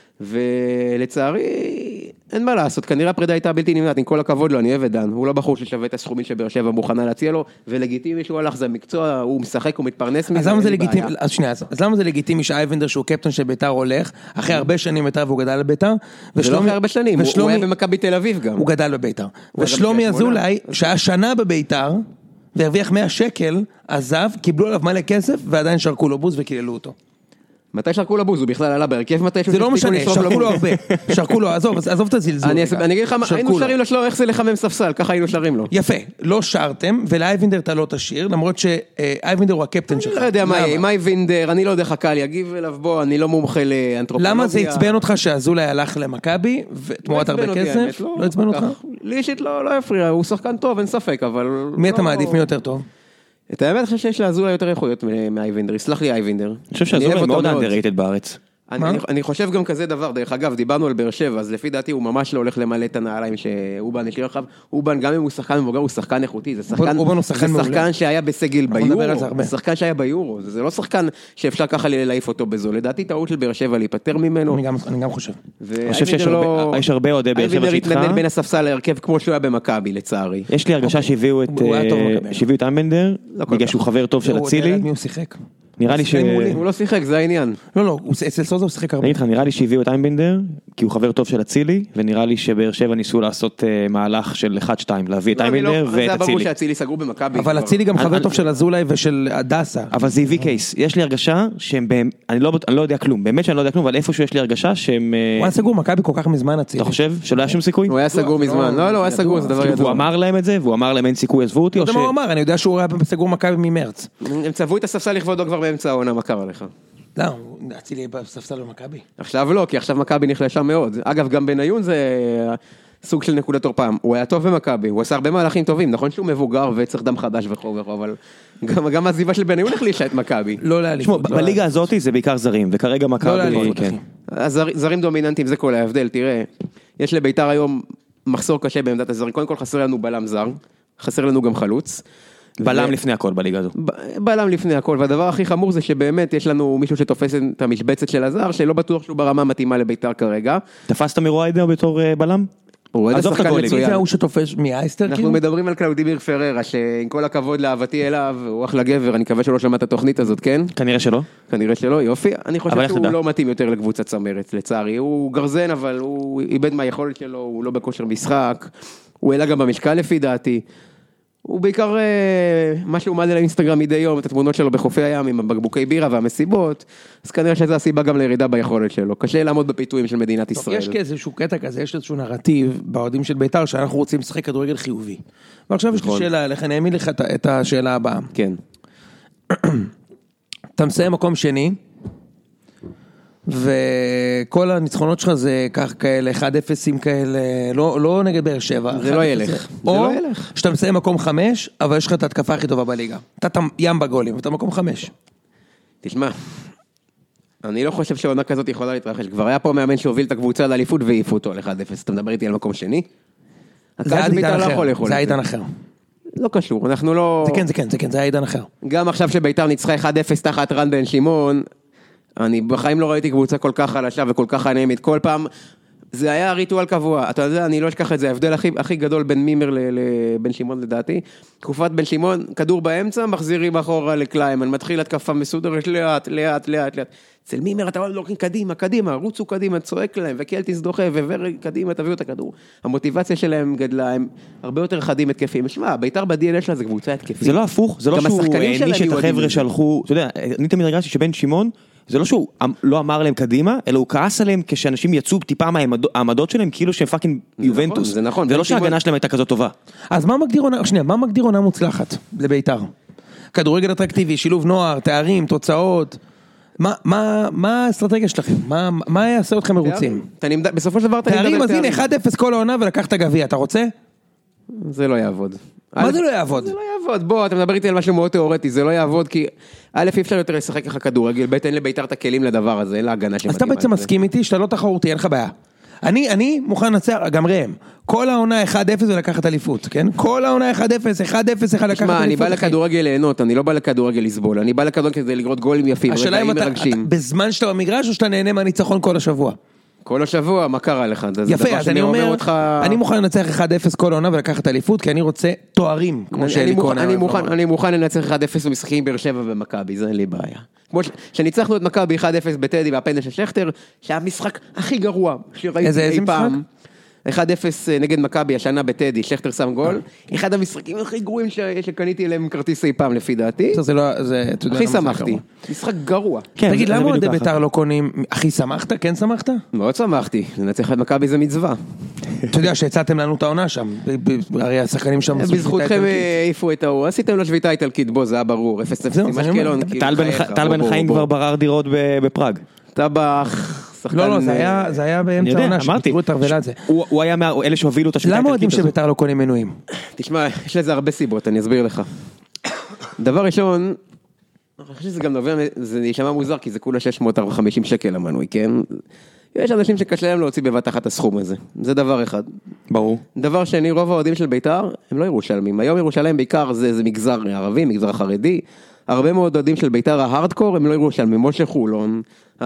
ולצערי, אין מה לעשות, כנראה הפרידה הייתה בלתי נמנעת, עם כל הכבוד לו, אני אוהב את דן, הוא לא בחור ששווה את הסכומים שבאר שבע מוכנה להציע לו, ולגיטימי שהוא הלך, זה מקצוע, הוא משחק, הוא מתפרנס מזה. אז למה זה לגיטימי, אז שנייה, אז למה זה לגיטימי שאייבינדר שהוא קפטן של בית"ר הולך, אחרי הרבה שנים בית"ר והוא גדל בבית"ר, זה לא אחרי הרבה שנים, הוא היה במכבי תל אביב גם. הוא גדל בבית"ר. ושלומי אזולאי, שהיה שנה בבית"ר, והרוויח מאה שקל, עזב, קיבלו עליו מלא כסף, ועדיין שרקו לו בוז וקיללו אותו. מתי שרקו לו בוז? הוא בכלל עלה בהרכב מתי שהוא... זה לא משנה, שרקו לו הרבה. שרקו לו, עזוב, עזוב את הזלזול. אני אגיד לך, היינו שרים לו שלו, איך זה לחמם ספסל, ככה היינו שרים לו. יפה, לא שרתם, ולאייבינדר אתה לא תשאיר, למרות שאייבינדר הוא הקפטן שלך. אני לא יודע מה אייבינדר, אני לא יודע איך הקהל יגיב אליו, בוא, אני לא מומחה לאנתרופולוגיה. למה זה עצבן אותך שאזולאי הלך למכבי, ותמורת הרבה כסף? לא עצבן אותך? לי אישית לא הפריע, הוא שחקן טוב, אין ספק, אבל... מי אתה מעדיף, מי יותר טוב? את האמת, אני חושב שיש לאזולאי יותר איכויות מאייבינדר, יסלח לי אייבינדר. אני חושב שאזולאי מאוד underrated בארץ. אני, אני חושב גם כזה דבר, דרך אגב, דיברנו על באר שבע, אז לפי דעתי הוא ממש לא הולך למלא את הנעליים שאובן השאיר אחריו, אובן גם אם הוא שחקן מבוגר, הוא שחקן איכותי, זה שחקן, הוא שחקן זה שחקן שהיה בסגל ביורו, זה שחקן שהיה ביורו, זה לא שחקן שאפשר ככה להעיף אותו בזו, לדעתי טעות של באר שבע להיפטר ממנו. אני גם, אני גם חושב. אני חושב שיש הרבה, יש הרבה אוהדי באר שבע שאיתך. אייבינדר בין הספסל להרכב כמו שהוא היה במכבי, לצערי. יש לי הרגשה שהביאו את שהביאו את אייבינדר, בגלל שהוא חבר טוב של אצילי. מי הוא שיחק? נראה לי ש... הוא לא שיחק, זה העניין. לא, לא, אצל סוזה הוא שיחק הרבה. אני אגיד לך, נראה לי שהביאו את אייבינדר, כי הוא חבר טוב של אצילי, ונראה לי שבאר שבע ניסו לעשות מהלך של אחד שתיים, להביא את אייבינדר ואת זה אצילי. ברור שאצילי סגרו במכבי. אבל אצילי גם חבר טוב של אזולאי ושל הדסה. אבל זה הביא קייס. יש לי הרגשה שהם, אני לא יודע כלום, באמת שאני לא יודע כלום, אבל איפשהו יש לי הרגשה שהם... הוא היה סגור, מכבי כל כך מזמן אצילי. אתה חושב שלא היה שום סיכוי? הוא היה סגור מזמן. לא, לא, הוא היה סגור, זה דבר ידוע. והוא אמר להם את זה, והוא אמר להם אין סיכוי, עזבו אותי, או ש... הוא אמר, אני יודע שהוא היה סגור מכבי ממרץ. הם צבעו את הספסל לכבודו כבר באמצע העונה, מה קרה לך? לא, אצילי בספסל במכבי. עכשיו לא, כי עכשיו מכבי נחלשה מאוד. אגב, גם בניון זה סוג של נקודת תורפה. הוא היה טוב במכבי, הוא עשה הרבה מהלכים טובים, נכון שהוא מבוגר וצריך דם חדש וכו' וכו', אבל גם העזיבה של בניון החלישה את מכבי. לא להליפות. בליגה הזאת זה בעיקר זרים, וכרגע מכבי... זרים דומיננטיים זה כל ההבדל, תראה, יש לביתר היום מחסור קשה בעמדת הזרים, קודם כל חסר לנו בלם זר, חסר לנו גם חלוץ. בלם לפני הכל בליגה הזו. בלם לפני הכל, והדבר הכי חמור זה שבאמת יש לנו מישהו שתופס את המשבצת של הזר, שלא בטוח שהוא ברמה מתאימה לביתר כרגע. תפסת מרואיידר בתור בלם? הוא עזוב את הגולים. מי זה הוא שתופס מאייסטר? אנחנו מדברים על קלאודימיר פררה, שעם כל הכבוד לאהבתי אליו, הוא אחלה גבר, אני מקווה שלא שמע את התוכנית הזאת, כן? כנראה שלא. כנראה שלא, יופי. אני חושב שהוא לא מתאים יותר לקבוצת צמרת, לצערי. הוא גרזן, אבל הוא איבד מהיכולת שלו, הוא לא בכושר משחק, הוא העלה גם במשקל לפי דעתי. הוא בעיקר, מה שהוא מעלה לאינסטגרם מדי יום, את התמונות שלו בחופי הים עם הבקבוקי בירה והמסיבות, אז כנראה שזו הסיבה גם לירידה ביכולת שלו. קשה לעמוד בפיתויים של מדינת ישראל. יש כאיזשהו קטע כזה, יש איזשהו נרטיב באוהדים של בית"ר, שאנחנו רוצים לשחק כדורגל חיובי. ועכשיו יש לי שאלה אליך, אני אעמיד לך את השאלה הבאה. כן. אתה מסיים מקום שני, וכל הניצחונות שלך זה כך כאלה, אחד אפסים כאלה, לא, לא נגד באר שבע. זה לא ילך. או זה לא ילך. שאתה מסיים מקום חמש, אבל יש לך את ההתקפה הכי טובה בליגה. אתה ים בגולים, ואתה מקום חמש. תשמע, אני לא חושב שעונה כזאת יכולה להתרחש, כבר היה פה מאמן שהוביל את הקבוצה לאליפות והעיפו אותו על אחד אפס, אתה מדבר איתי על מקום שני? זה היה עידן אחר, זה היה עידן אחר. לא קשור, אנחנו לא... זה כן, זה כן, זה כן, זה היה עידן אחר. גם עכשיו שביתר ניצחה אחד אפס תחת רן בן שמעון, אני בחיים לא ראיתי קבוצה כל כך חלשה וכל כך אנמית, כל פעם, זה היה ריטואל קבוע, אתה יודע, אני לא אשכח את זה, ההבדל הכי, הכי גדול בין מימר לבן שמעון לדעתי, תקופת בן שמעון, כדור באמצע, מחזירים אחורה לקליימן, מתחיל התקפה מסודרת לאט, לאט, לאט, לאט. אצל מימר אתה לא קדימה, קדימה, רוצו קדימה, צועק להם, וקלטיס דוחה, וורג קדימה, תביאו את הכדור. המוטיבציה שלהם גדלה, הם הרבה יותר חדים התקפיים. שמע, ביתר ב-די אן אי שלה זה קבוצה התקפית. זה לא הפוך, זה לא שהוא העניש את החבר'ה שהלכו, אתה יודע, אני תמיד הרגשתי שבן שמעון, זה לא שהוא לא אמר להם קדימה, אלא הוא כעס עליהם כשאנשים יצאו טיפה מהעמדות שלהם, כאילו שהם פאקינג יובנטוס. זה נכון. זה לא שההגנה שלהם הייתה כזאת טובה. אז מה מגדיר עונה, שנייה, מה מגדיר עונה מוצלחת לביתר? כדורגל אטרקטיבי, שילוב נוער, תארים, תוצאות. מה, מה, מה האסטרטגיה שלכם? מה, מה יעשה אתכם מרוצים? בסופו של דבר אתה נמדד על תארים, אז הנה אחד אפס כל העונה ולקחת גביע, אתה רוצה? זה לא יעבוד. מה זה לא יעבוד? זה לא יעבוד, בוא, אתה מדבר איתי על משהו מאוד תיאורטי, זה לא יעבוד כי א' אי אפשר יותר לשחק ככה כדורגל, ב' אין לביתר את הכלים לדבר הזה, אין להגנה שמתאימה. אז אתה בעצם מסכים איתי שאתה לא תחרותי, אין לך בעיה. אני, אני מוכן לנצח, גם ראם, כל העונה אחד אפס ולקחת אליפות, כן? כל העונה אחד אפס, אחד אפס, אחד לקחת אליפות. תשמע, אני בא לכדורגל ליהנות, אני לא בא לכדורגל לסבול, אני בא לכדורגל כדי לגרות גולים יפים, רגעים מרגשים. בזמן שאתה במגרש או שאתה נהנה מהניצחון כל השבוע? כל השבוע, מה קרה לך? יפה, אז אני אומר, אני מוכן לנצח אחד אפס כל העונה ולקחת אליפות, כי אני רוצה תוארים, כמו שאלי כהן. אני מוכן לנצח אחד אפס במשחקים באר שבע ומכבי, זה אין לי בעיה. כמו שניצחנו את מכבי אחד אפס בטדי והפנדל של שכטר, שהיה המשחק הכי גרוע שראיתי אי פעם. אחד אפס נגד מכבי השנה בטדי, שכטר שם גול, אחד המשחקים הכי גרועים שקניתי אליהם כרטיס אי פעם לפי דעתי. הכי שמחתי, משחק גרוע. תגיד, למה אוהדי בית"ר לא קונים, הכי שמחת? כן שמחת? מאוד שמחתי, לנצח את מכבי זה מצווה. אתה יודע שהצעתם לנו את העונה שם, הרי השחקנים שם בזכותכם העיפו את ההוא, עשיתם לו שביתה איטלקית, בוא זה היה ברור, אפס אפס עם אשקלון. טל בן חיים כבר ברר דירות בפראג. טבח. לא, לא, זה היה באמצע העונה, שתקרו את הרבלת. הוא היה מאלה שהובילו את השביתה למה יודעים שבית"ר לא קונים מנויים? תשמע, יש לזה הרבה סיבות, אני אסביר לך. דבר ראשון, אני חושב שזה גם נובע, זה נשמע מוזר, כי זה כולה שש מאות וחמישים שקל המנוי, כן? יש אנשים שקשה להם להוציא בבת אחת הסכום הזה, זה דבר אחד. ברור. דבר שני, רוב האוהדים של בית"ר הם לא ירושלמים, היום ירושלים בעיקר זה, זה מגזר ערבי, מגזר חרדי, הרבה מאוד אוהדים של בית"ר ההארדקור הם לא ירושלמים, משה חולון,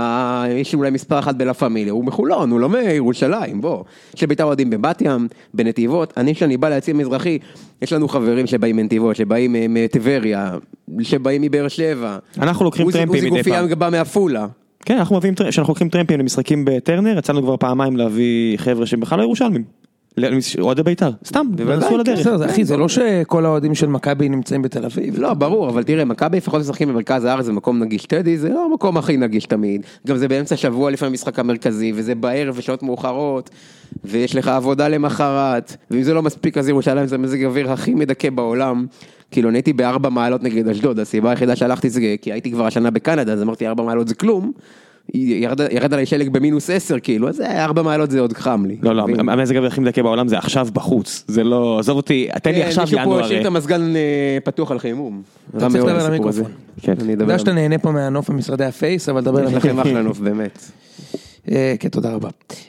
יש אולי מספר אחת בלה פמיליה, הוא מחולון, הוא לא מירושלים, בוא. של בית"ר אוהדים בבת ים, בנתיבות, אני שאני בא להציע מזרחי, יש לנו חברים שבאים מנתיבות, שבאים מטבריה, שבאים מבאר שבע. אנחנו לוקחים טרמפים מדי פעם. עוזי גופייה בא מעפולה. כן, אנחנו מביאים, שאנחנו לוקחים טרמפים למשחקים בטרנר, יצאנו כבר פעמיים להביא חבר'ה שהם בכלל לא ירושלמים. אוהדי בית"ר, סתם, נסו לדרך. אחי, זה לא שכל האוהדים של מכבי נמצאים בתל אביב. לא, ברור, אבל תראה, מכבי לפחות משחקים במרכז הארץ, זה מקום נגיש טדי, זה לא המקום הכי נגיש תמיד. גם זה באמצע שבוע לפני המשחק המרכזי, וזה בערב ושעות מאוחרות, ויש לך עבודה למחרת, ואם זה לא מספיק, אז ירושלים זה מזג אוויר הכי מדכא בעולם. כאילו, נהייתי בארבע מעלות נגד אשדוד, הסיבה היחידה שהלכתי זה, כי הייתי כבר השנה בקנדה, אז אמרתי, ארבע מעלות זה כלום. ירד, ירד עליי שלג במינוס עשר, כאילו, אז ארבע מעלות זה עוד חם לי. לא, לא, המזג האוויר הכי מדכא בעולם זה עכשיו בחוץ, זה לא, עזוב אותי, תן לי עכשיו ינואר. מישהו פה השאיר את המזגן פתוח על חימום. אתה צריך לדבר על המיקרופון. אני יודע שאתה נהנה פה מהנוף במשרדי הפייס, אבל דבר על המיקרופון. יש לכם אחלה נוף, באמת. כן, תודה רבה.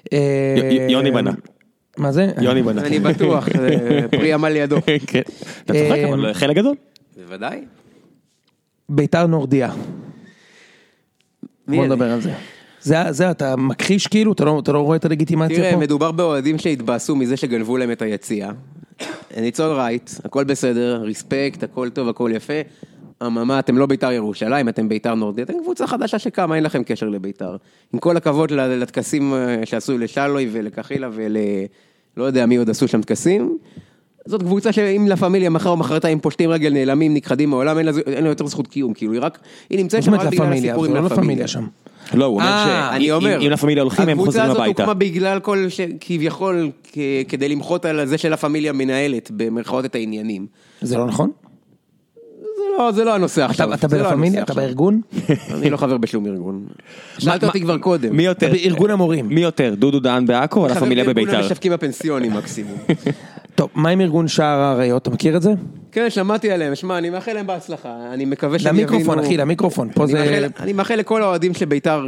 יוני בנה. מה זה? יוני בנה. אני בטוח, פרי עמל לידו. כן, אתה צוחק, אבל חלק גדול. בוודאי. בית"ר נורדיה. בוא נדבר על זה. זה, זה, אתה מכחיש כאילו, אתה לא, אתה לא רואה את הלגיטימציה פה? תראה, מדובר באוהדים שהתבאסו מזה שגנבו להם את היציאה. It's all right, הכל בסדר, ריספקט, הכל טוב, הכל יפה. אממה, אתם לא בית"ר ירושלים, אתם בית"ר נורדיה, אתם קבוצה חדשה שקמה, אין לכם קשר לבית"ר. עם כל הכבוד לתקסים שעשו לשלוי ולקחילה ול... לא יודע מי עוד עשו שם תקסים. זאת קבוצה שאם לפמיליה מחר או מחרתיים פושטים רגל נעלמים, נכחדים מעולם, אין לה יותר זכות קיום, כאילו היא רק, היא נמצאת שם רק בגלל הסיפורים לפמיליה. לא לפמיליה שם. לא, הוא אומר שאם לפמיליה הולכים הם חוזרים הביתה. הקבוצה הזאת הוקמה בגלל כל שכביכול, כדי למחות על זה של הפמיליה מנהלת, במרכאות את העניינים. זה לא נכון? זה לא הנושא עכשיו. אתה בפמיליה? אתה בארגון? אני לא חבר בשום ארגון. שאלת אותי כבר קודם. מי יותר? בארגון המורים. מי יותר? דודו דהן בעכו או לפמיליה בבית"ר? חבר בארגון המשווקים הפנסיונים מקסימום. טוב, מה עם ארגון שער האריות? אתה מכיר את זה? כן, שמעתי עליהם, שמע, אני מאחל להם בהצלחה, אני מקווה שהם יבינו... למיקרופון, אחי, למיקרופון, פה זה... אני מאחל לכל האוהדים שביתר,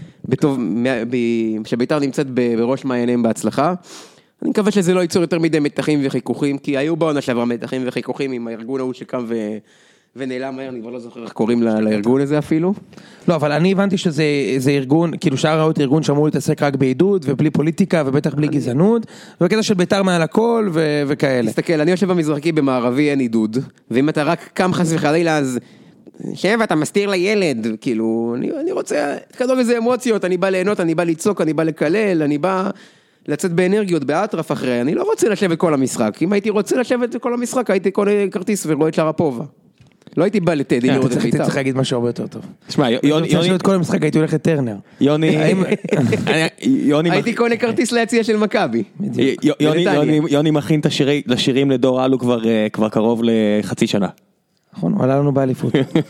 שביתר נמצאת בראש מעייניהם בהצלחה, אני מקווה שזה לא ייצור יותר מדי מתחים וחיכוכים, כי היו בעונה שעברה מתחים וחיכוכים עם הארגון ההוא שקם ו... ונעלם מהר, אני כבר לא זוכר איך קוראים לארגון הזה אפילו. לא, אבל אני הבנתי שזה ארגון, כאילו שאר ראו את ארגון שאמור להתעסק רק בעידוד, ובלי פוליטיקה, ובטח בלי גזענות, ובקטע של ביתר מעל הכל, וכאלה. תסתכל, אני יושב במזרחי במערבי, אין עידוד, ואם אתה רק קם חס וחלילה, אז שב, אתה מסתיר לילד, כאילו, אני, אני רוצה, כדור איזה אמוציות, אני בא ליהנות, אני בא לצעוק, אני בא לקלל, אני בא לצאת באנרגיות, באטרף אחרי, אני לא רוצה לשבת כל המשחק, אם הייתי רוצה לשבת כל המשחק, הייתי קונה כרטיס ורואה את שרפובה. לא הייתי בא לטדי לראות את ביתר. אתה צריך להגיד משהו הרבה יותר טוב. תשמע, יוני... אני רוצה את כל המשחק, הייתי הולך לטרנר. יוני... הייתי קונה כרטיס ליציע של מכבי. יוני מכין את השירים לדור אלו כבר קרוב לחצי שנה. נכון, עלה לנו באליפות.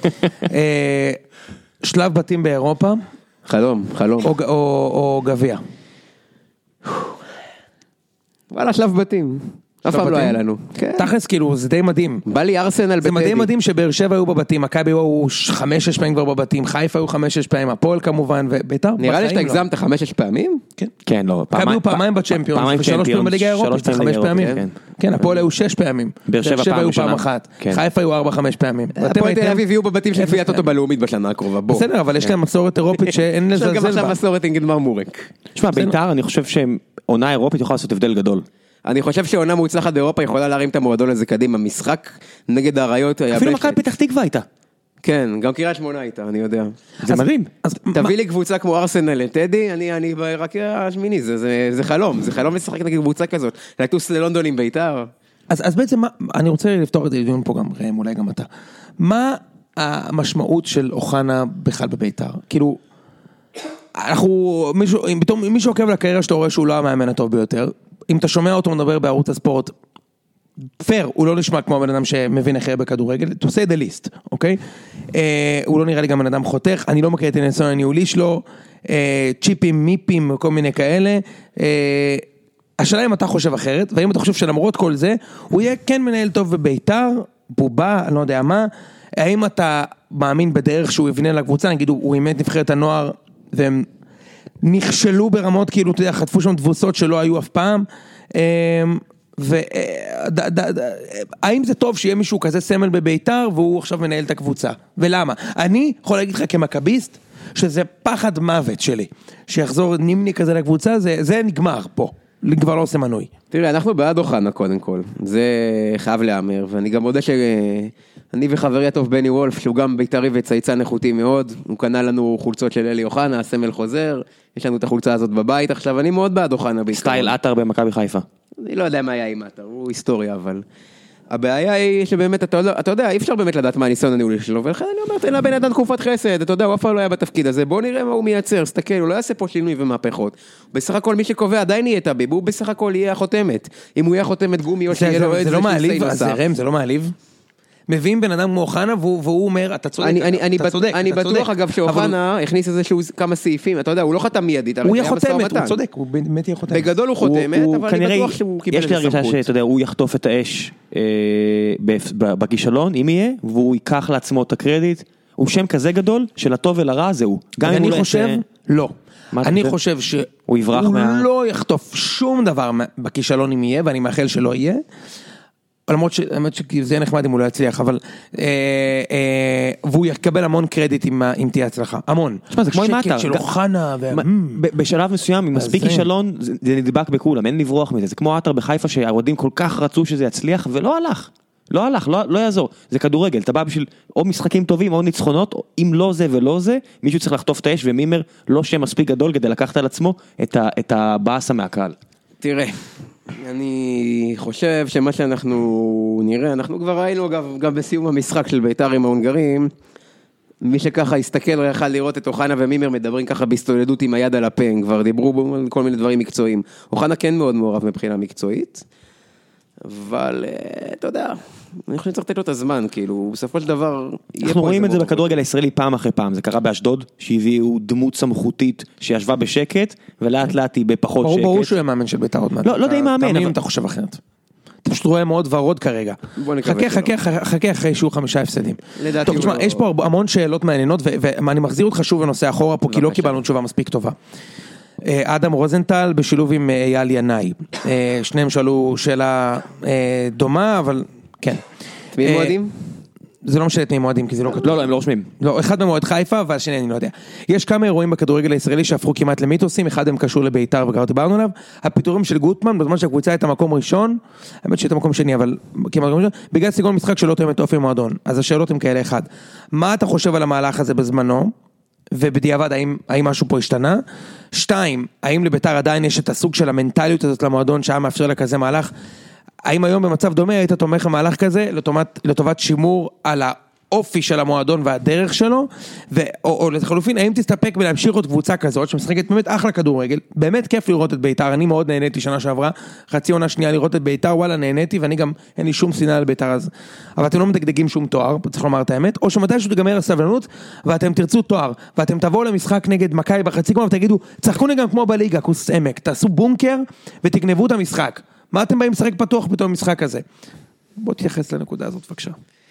שלב בתים באירופה. חלום, חלום. או גביע. וואלה, שלב בתים. אף פעם לא היה לנו. תכלס כאילו זה די מדהים. בא לי ארסנל בטדי. זה מדהים מדהים שבאר שבע היו בבתים, מכבי היו חמש שש פעמים כבר בבתים, חיפה היו חמש שש פעמים, הפועל כמובן, וביתר. נראה לי שאתה הגזמת חמש שש פעמים? כן. כן, לא. מכבי היו פעמיים בצ'מפיונס, ושלוש פעמים בליגה האירופית, חמש פעמים. כן, הפועל היו שש פעמים. באר שבע היו פעם אחת. חיפה היו ארבע חמש פעמים. הפועל תל אביב יהיו בבתים של גביעת אותו בלאומית בשנה הקרובה. בסדר, אבל יש להם מסורת אירופית שאין לזלזל בה. גם עכשיו מסורת עם גדמר מורק. תשמע, ביתר, אני חושב שעונה אירופית יכולה לעשות הבדל גדול. אני חושב שעונה מוצלחת באירופה יכולה להרים את המועדון הזה קדימה, משחק נגד האריות. אפילו מכבי פתח תקווה הייתה. כן, גם קריית שמונה הייתה, אני יודע. זה מדהים. תביא לי קבוצה כמו ארסנל לטדי, אני רק השמיני, זה חלום, זה חלום לשחק נגד קבוצה כזאת, לטוס ללונדון עם ביתר. אז בעצם, אני רוצה לפתור את הדיון פה גם, ראם, אולי גם אתה. מה המשמעות של אוחנה בכלל בביתר? כאילו, אנחנו, מישהו עוקב לקריירה שאתה רואה שהוא לא המאמן הטוב ביותר, אם אתה שומע אותו מדבר בערוץ הספורט, פייר, הוא לא נשמע כמו בן אדם שמבין אחרי בכדורגל, to say the least, אוקיי? אה, הוא לא נראה לי גם בן אדם חותך, אני לא מכיר את הניסיון הניהולי שלו, אה, צ'יפים, מיפים, כל מיני כאלה. אה, השאלה אם אתה חושב אחרת, והאם אתה חושב שלמרות כל זה, הוא יהיה כן מנהל טוב בביתר, בובה, אני לא יודע מה, האם אתה מאמין בדרך שהוא יבנה לקבוצה, נגיד הוא, הוא אימת נבחרת הנוער, והם נכשלו ברמות, כאילו, אתה יודע, חטפו שם דבוסות שלא היו אף פעם, והאם זה טוב שיהיה מישהו כזה סמל בביתר, והוא עכשיו מנהל את הקבוצה, ולמה? אני יכול להגיד לך כמכביסט, שזה פחד מוות שלי, שיחזור נימני כזה לקבוצה, זה, זה נגמר פה, כבר לא עושה מנוי. תראה, אנחנו בעד אוחנה קודם כל, זה חייב להאמר, ואני גם מודה שאני וחברי הטוב בני וולף, שהוא גם בית"רי וצייצן איכותי מאוד, הוא קנה לנו חולצות של אלי אוחנה, הסמל חוזר, יש לנו את החולצה הזאת בבית, עכשיו אני מאוד בעד אוחנה. סטייל עטר במכבי חיפה. אני לא יודע מה היה עם עטר, הוא היסטוריה, אבל הבעיה היא שבאמת, אתה יודע, אתה יודע, אי אפשר באמת לדעת מה הניסיון הניהולי שלו, ולכן אני אומרת, אין לה בן אדם תקופת חסד, אתה יודע, הוא אף פעם לא היה בתפקיד הזה, בוא נראה מה הוא מייצר, סתכל, הוא לא יעשה פה שינוי ומהפכות, בסך הכל מי שקובע עדיין יהיה טביב, הוא בסך הכל יהיה החותמת, אם הוא יהיה חותמת גומי או שיהיה לו זה לא מעליב, זה לא מעליב. מביאים בן אדם כמו אוחנה, והוא אומר, אתה צודק, אתה צודק. אני בטוח אגב שאוחנה הכניס איזה כמה סעיפים, אתה יודע, הוא לא חתם מיידית, הוא יהיה חותמת, הוא צודק, הוא באמת יהיה חותמת. בגדול הוא חותמת, אבל אני בטוח שהוא קיבל איזה סמכות. יש לי הרגשה שאתה יודע, הוא יחטוף את האש בכישלון, אם יהיה, והוא ייקח לעצמו את הקרדיט, הוא שם כזה גדול, של הטוב ולרע זהו. אני חושב, לא. אני חושב שהוא לא יחטוף שום דבר בכישלון אם יהיה, ואני מאחל שלא יהיה. למרות שזה יהיה נחמד אם הוא לא יצליח, אבל והוא יקבל המון קרדיט אם תהיה הצלחה, המון. זה כמו עם עטר. שקט של אוחנה. בשלב מסוים, עם מספיק כישלון, זה נדבק בכולם, אין לברוח מזה. זה כמו עטר בחיפה שהאוהדים כל כך רצו שזה יצליח, ולא הלך. לא הלך, לא יעזור. זה כדורגל, אתה בא בשביל או משחקים טובים, או ניצחונות, אם לא זה ולא זה, מישהו צריך לחטוף את האש, ומימר לא שם מספיק גדול כדי לקחת על עצמו את הבאסה מהקהל. תראה. אני חושב שמה שאנחנו נראה, אנחנו כבר ראינו אגב, גם בסיום המשחק של בית"ר עם ההונגרים, מי שככה הסתכל יכל לראות את אוחנה ומימר מדברים ככה בהסתולדות עם היד על הפה, כבר דיברו על כל מיני דברים מקצועיים. אוחנה כן מאוד מעורב מבחינה מקצועית, אבל אתה יודע, אני חושב שצריך לתת לו את הזמן, כאילו, בסופו של דבר... אנחנו רואים את זה בכדורגל הישראלי פעם אחרי פעם, זה קרה באשדוד, שהביאו דמות סמכותית שישבה בשקט, ולאט לאט היא בפחות שקט. ברור שהוא יהיה מאמן של בית"ר עוד מעט. לא יודע אם מאמן, אבל... אתה חושב אחרת. אתה פשוט רואה מאוד ורוד כרגע. חכה, חכה, חכה אחרי שהוא חמישה הפסדים. טוב, תשמע, יש פה המון שאלות מעניינות, ואני מחזיר אותך שוב לנושא אחורה פה, כי לא קיבלנו תשובה מספיק טובה. אדם רוזנטל בשילוב עם אייל ינאי. שניהם שאלו שאלה דומה, אבל כן. מי מועדים? זה לא משנה תנאים מועדים, כי זה לא כתוב. לא, לא, הם לא רושמים. לא, אחד במועד חיפה, והשני אני לא יודע. יש כמה אירועים בכדורגל הישראלי שהפכו כמעט למיתוסים, אחד הם קשור לביתר וכבר דיברנו עליו, הפיטורים של גוטמן, בזמן שהקבוצה הייתה מקום ראשון, האמת שהייתה מקום שני, אבל כמעט מקום ראשון, בגלל סגנון משחק שלא תואם את אופי מועדון. אז השאלות הן כאלה אחד. מה אתה חושב על המהלך הזה בזמנו? ובדיעבד, האם, האם משהו פה השתנה? שתיים, האם לביתר עדיין יש את הסוג של המנטליות הזאת למועדון שהיה מאפשר לה כזה מהלך? האם היום במצב דומה היית תומך במהלך כזה לטובת, לטובת שימור על האופי של המועדון והדרך שלו, ו, או, או לחלופין, האם תסתפק בלהמשיך עוד קבוצה כזאת שמשחקת באמת אחלה כדורגל, באמת כיף לראות את ביתר, אני מאוד נהניתי שנה שעברה, חצי עונה שנייה לראות את ביתר, וואלה נהניתי, ואני גם, אין לי שום שנאה על ביתר אז, אבל אתם לא מדגדגים שום תואר, צריך לומר את האמת, או שמתישהו תגמר הסבלנות, ואתם תרצו תואר, ואתם תבואו למשחק נגד מכבי בחצי גמר, ותגידו, צחקו לי גם כמו בליגה, כוס עמק, תעשו בונקר ותגנבו את המשחק. מה אתם באים לשחק פתוח פתאום משחק הזה? בוא תתייחס לנקודה הזאת, בבקשה.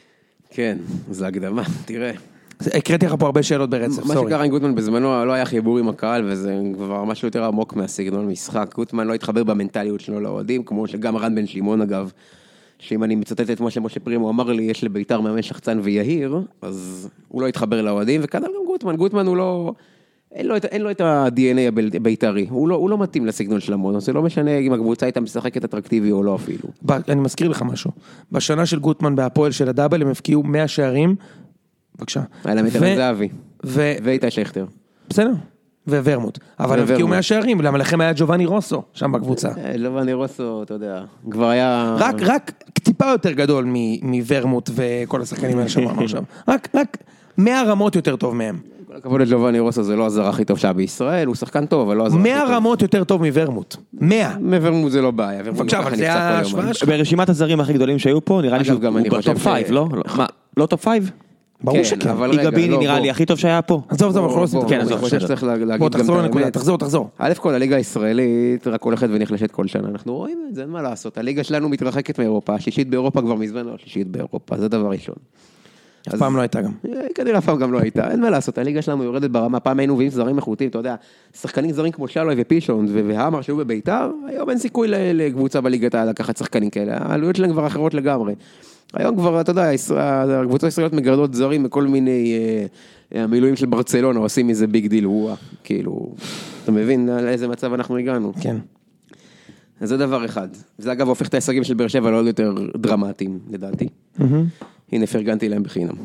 כן, זה הקדמה, תראה. הקראתי לך פה הרבה שאלות ברצף, סורי. מה שקרה עם גוטמן בזמנו לא היה חיבור עם הקהל, וזה כבר משהו יותר עמוק מהסגנון משחק. גוטמן לא התחבר במנטליות שלו לאוהדים, כמו שגם רן בן שמעון אגב, שאם אני מצטט את מה שמשה פרימו אמר לי, יש לביתר מאמן שחצן ויהיר, אז הוא לא התחבר לאוהדים, וכנ"ל גם גוטמן. גוטמן הוא לא... אין לו את, אין לו את ה-די אן איי הבית"רי, הוא לא, הוא לא מתאים לסגנון של המועדון, זה לא משנה אם הקבוצה הייתה משחקת אטרקטיבי או לא אפילו. אני מזכיר לך משהו, בשנה של גוטמן בהפועל של הדאבל, הם הפקיעו מאה שערים, בבקשה. היה להם את הזהבי, ואיתי שכטר. בסדר, וורמוט, אבל הם הפקיעו מאה שערים, למה לכם היה ג'ובאני רוסו, שם בקבוצה. ג'ובאני רוסו, אתה יודע, כבר היה... רק, רק טיפה יותר גדול מוורמוט וכל השחקנים האלה שאמרנו עכשיו, רק, רק מאה רמות יותר טוב מהם. כל הכבוד לג'ובאני רוסו, זה לא הזר הכי טוב שהיה בישראל, הוא שחקן טוב, אבל לא הזר הכי טוב. מאה רמות יותר טוב מוורמוט. מאה. מוורמוט זה לא בעיה. בבקשה, אבל זה ההשוואה שלך. ברשימת הזרים הכי גדולים שהיו פה, נראה לי שהוא בטופ פייב, לא? מה, לא טופ פייב? ברור שכן. איגביני נראה לי הכי טוב שהיה פה. עזוב, עזוב, אנחנו לא עושים את זה. כן, אני חושב שצריך להגיד גם את האמת. תחזור, תחזור. א' כל, הליגה הישראלית רק הולכת ונחלשת כל שנה. אנחנו רואים את זה, אין מה לעשות. הליגה שלנו מתרחקת מאירופה, השישית באירופה כבר מזמן, לא השישית באירופה, זה דבר ראשון. אף פעם לא הייתה גם. כנראה אף פעם גם לא הייתה, אין מה לעשות, הליגה שלנו יורדת ברמה, פעם היינו מביאים זרים איכותיים, אתה יודע, שחקנים זרים כמו שלוי ופישון והמר שהיו בביתר, היום אין סיכוי לקבוצה בליגת לקחת שחקנים כאלה, העלויות שלהם כבר אחרות לגמרי. היום כבר, אתה יודע, הקבוצות הישראליות מגרדות זרים מכל מיני המילואים של ברצלונה, עושים איזה ביג דיל, וואה, כאילו, אתה מבין לאיזה מצב אנחנו הגענו? כן. אז זה דבר אחד. זה אגב הופך את ההישגים של באר שבע לעוד יותר דרמטיים, לדעתי. הנה, פרגנתי להם בחינם.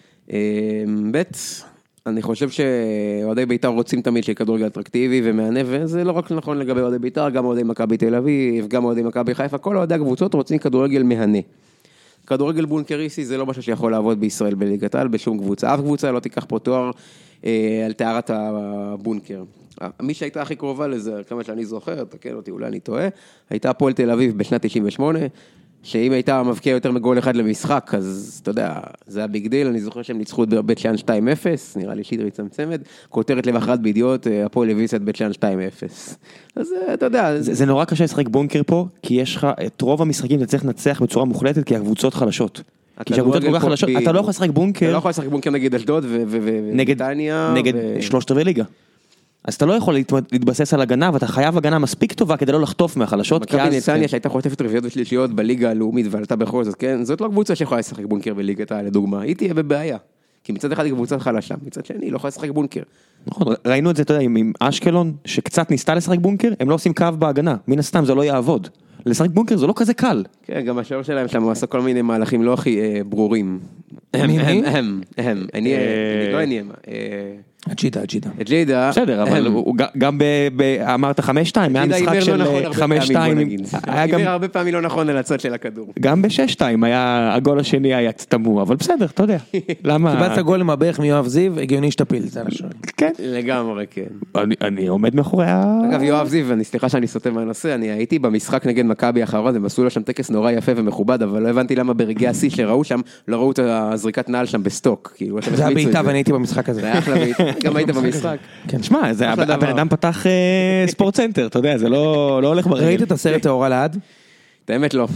ב' אני חושב שאוהדי בית"ר רוצים תמיד שיהיה כדורגל אטרקטיבי ומענה, וזה לא רק נכון לגבי אוהדי בית"ר, גם אוהדי מכבי תל אביב, גם אוהדי מכבי חיפה, כל אוהדי הקבוצות רוצים כדורגל מהנה. כדורגל בונקריסי זה לא משהו שיכול לעבוד בישראל בליגת העל, בשום קבוצה. אף קבוצה לא תיקח פה תואר אה, על תארת הבונקר. מי שהייתה הכי קרובה לזה, כמה שאני זוכר, תקן אותי, אולי אני טועה, הייתה הפועל תל אביב בשנת תשעים ושמונה, שאם הייתה מבקיעה יותר מגול אחד למשחק, אז אתה יודע, זה היה ביג דיל, אני זוכר שהם ניצחו את בית שאן שתיים אפס, נראה לי שדרי צמצמד, כותרת למחרת בידיעות, הפועל הביס את בית שאן שתיים אפס. אז אתה יודע... זה, זה נורא קשה לשחק בונקר פה, כי יש לך, את רוב המשחקים אתה צריך לנצח בצורה מוחלטת, כי הקבוצות חלשות. כי כשהקבוצות כל כך חלשות, אתה לא יכול לשחק בונקר... אתה לא יכול לשחק בונקר נגד אשדוד ונתניה... נגד שלושת רבעי ליגה. אז אתה לא יכול להתבסס על הגנה, ואתה חייב הגנה מספיק טובה כדי לא לחטוף מהחלשות. מכבי נתניה שהייתה חוטפת רביעיות ושלישיות בליגה הלאומית ועלתה בכל זאת, כן? זאת לא קבוצה שיכולה לשחק בונקר בליגת העל, לדוגמה. היא תהיה בבעיה. כי מצד אחד היא קבוצה חלשה, מצד שני היא לא יכולה לשחק בונקר. נכון, ראינו את זה, אתה יודע, עם אשקלון, שקצת ניסתה לשחק בונקר, הם לא עושים קו בהגנה. מן הסתם זה לא יעבוד. לשחק בונקר זה לא כזה קל. כן, גם השאר שלהם שם עשה כל מיני מהלכים לא הכי ברורים. הם, הם, הם, הם. אני לא אני הם. אג'ידה, אג'ידה. אג'ידה. בסדר, אבל גם אמרת חמש שתיים, היה משחק של חמש שתיים. אימר הרבה פעמים לא נכון על הצד של הכדור. גם ב-שש שתיים, הגול השני היה תמוה, אבל בסדר, אתה יודע. למה? קיבלת גול למבך מיואב זיו, הגיוני שתפיל, זה לשאול. כן. לגמרי, כן. אני עומד מאחורי ה... אגב, יואב זיו, אני סליחה שאני סוטה מהנושא, אני הייתי במשחק נגד מכבי האחרון, הם עשו לו שם טקס נורא יפה ומכובד, אבל לא הבנתי למה ברגעי השיא שראו שם, לא ראו את הזריקת נעל שם בסטוק. זה היה בעיטה ואני הייתי במשחק הזה. זה היה אחלה בעיטה, גם היית במשחק. כן, שמע, הבן אדם פתח ספורט סנטר, אתה יודע, זה לא הולך ברגל. ראית את הסרט האורה לעד? את האמת לא.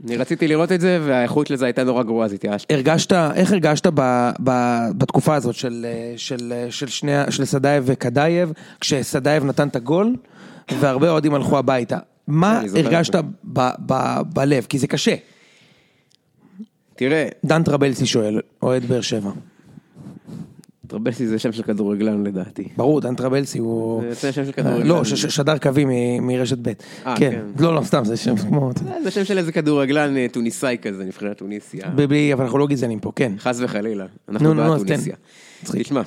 אני רציתי לראות את זה, והאיכות לזה הייתה נורא גרועה, אז התייאשתי. הרגשת, איך הרגשת ב, ב, בתקופה הזאת של, של, של, שני, של סדאייב וקדאייב, כשסדאייב נתן את הגול, והרבה אוהדים הלכו הביתה? מה הרגשת ב, ב, בלב? כי זה קשה. תראה. דן טרבלסי שואל, אוהד באר שבע. טרבלסי זה שם של כדורגלן לדעתי. ברור, דן טרבלסי הוא... זה שם של כדורגלן. לא, שדר קווי מרשת ב'. כן. לא, לא, סתם, זה שם כמו... זה שם של איזה כדורגלן טוניסאי כזה, נבחרת טוניסיה. בלי, אבל אנחנו לא גזענים פה, כן. חס וחלילה. אנחנו בעד טוניסיה. תשמע.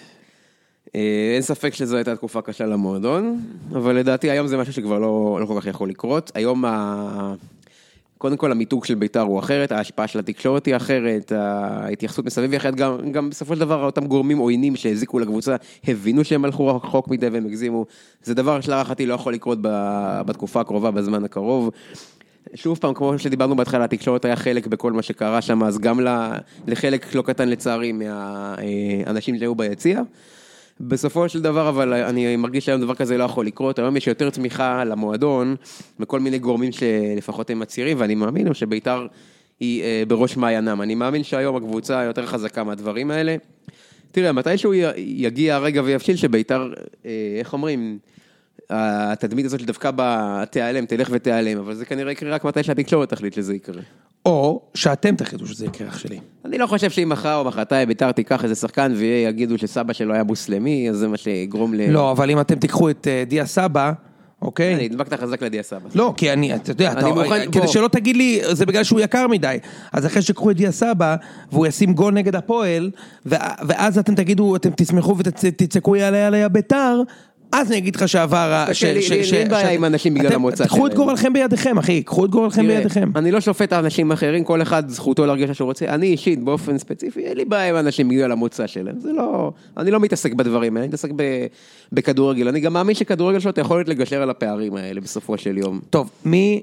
אין ספק שזו הייתה תקופה קשה למועדון, אבל לדעתי היום זה משהו שכבר לא כל כך יכול לקרות. היום קודם כל המיתוג של בית"ר הוא אחרת, ההשפעה של התקשורת היא אחרת, ההתייחסות מסביב היא אחרת, גם, גם בסופו של דבר אותם גורמים עוינים שהזיקו לקבוצה, הבינו שהם הלכו רחוק מדי והם הגזימו, זה דבר שלהערכתי לא יכול לקרות בתקופה הקרובה, בזמן הקרוב. שוב פעם, כמו שדיברנו בהתחלה, התקשורת היה חלק בכל מה שקרה שם, אז גם לחלק לא קטן לצערי מהאנשים שהיו ביציע. בסופו של דבר, אבל אני מרגיש שהיום דבר כזה לא יכול לקרות, היום יש יותר תמיכה למועדון, מכל מיני גורמים שלפחות הם מצהירים, ואני מאמין שבית"ר היא בראש מעיינם, אני מאמין שהיום הקבוצה יותר חזקה מהדברים האלה. תראה, מתי שהוא יגיע הרגע ויבשיל שבית"ר, איך אומרים, התדמית הזאת שדווקא בה תיעלם, תלך ותיעלם, אבל זה כנראה יקרה רק מתי שהתקשורת תחליט שזה יקרה. או שאתם תחליטו שזה יקרה, אח שלי. אני לא חושב שאם מחר או מחרתיים בית"ר תיקח איזה שחקן ויגידו שסבא שלו היה מוסלמי, אז זה מה שיגרום ל... לא, אבל אם אתם תיקחו את דיה סבא, אוקיי? אני אדבק את החזק לדיה סבא. לא, כי אני, אתה יודע, כדי שלא תגיד לי, זה בגלל שהוא יקר מדי. אז אחרי שקחו את דיה סבא, והוא ישים גול נגד הפועל, ואז אתם תגידו, אתם תשמחו ותצעקו יאללה יאללה בית"ר, אז אני אגיד לך שעבר... אין בעיה עם אנשים בגלל המוצא שלהם. קחו את גורלכם בידיכם, אחי, קחו את גורלכם בידיכם. אני לא שופט אנשים אחרים, כל אחד זכותו להרגיש שהוא רוצה. אני אישית, באופן ספציפי, אין לי בעיה עם אנשים בגלל המוצא שלהם. זה לא... אני לא מתעסק בדברים האלה, אני מתעסק בכדורגל. אני גם מאמין שכדורגל שלו אתה יכול לגשר על הפערים האלה בסופו של יום. טוב, מי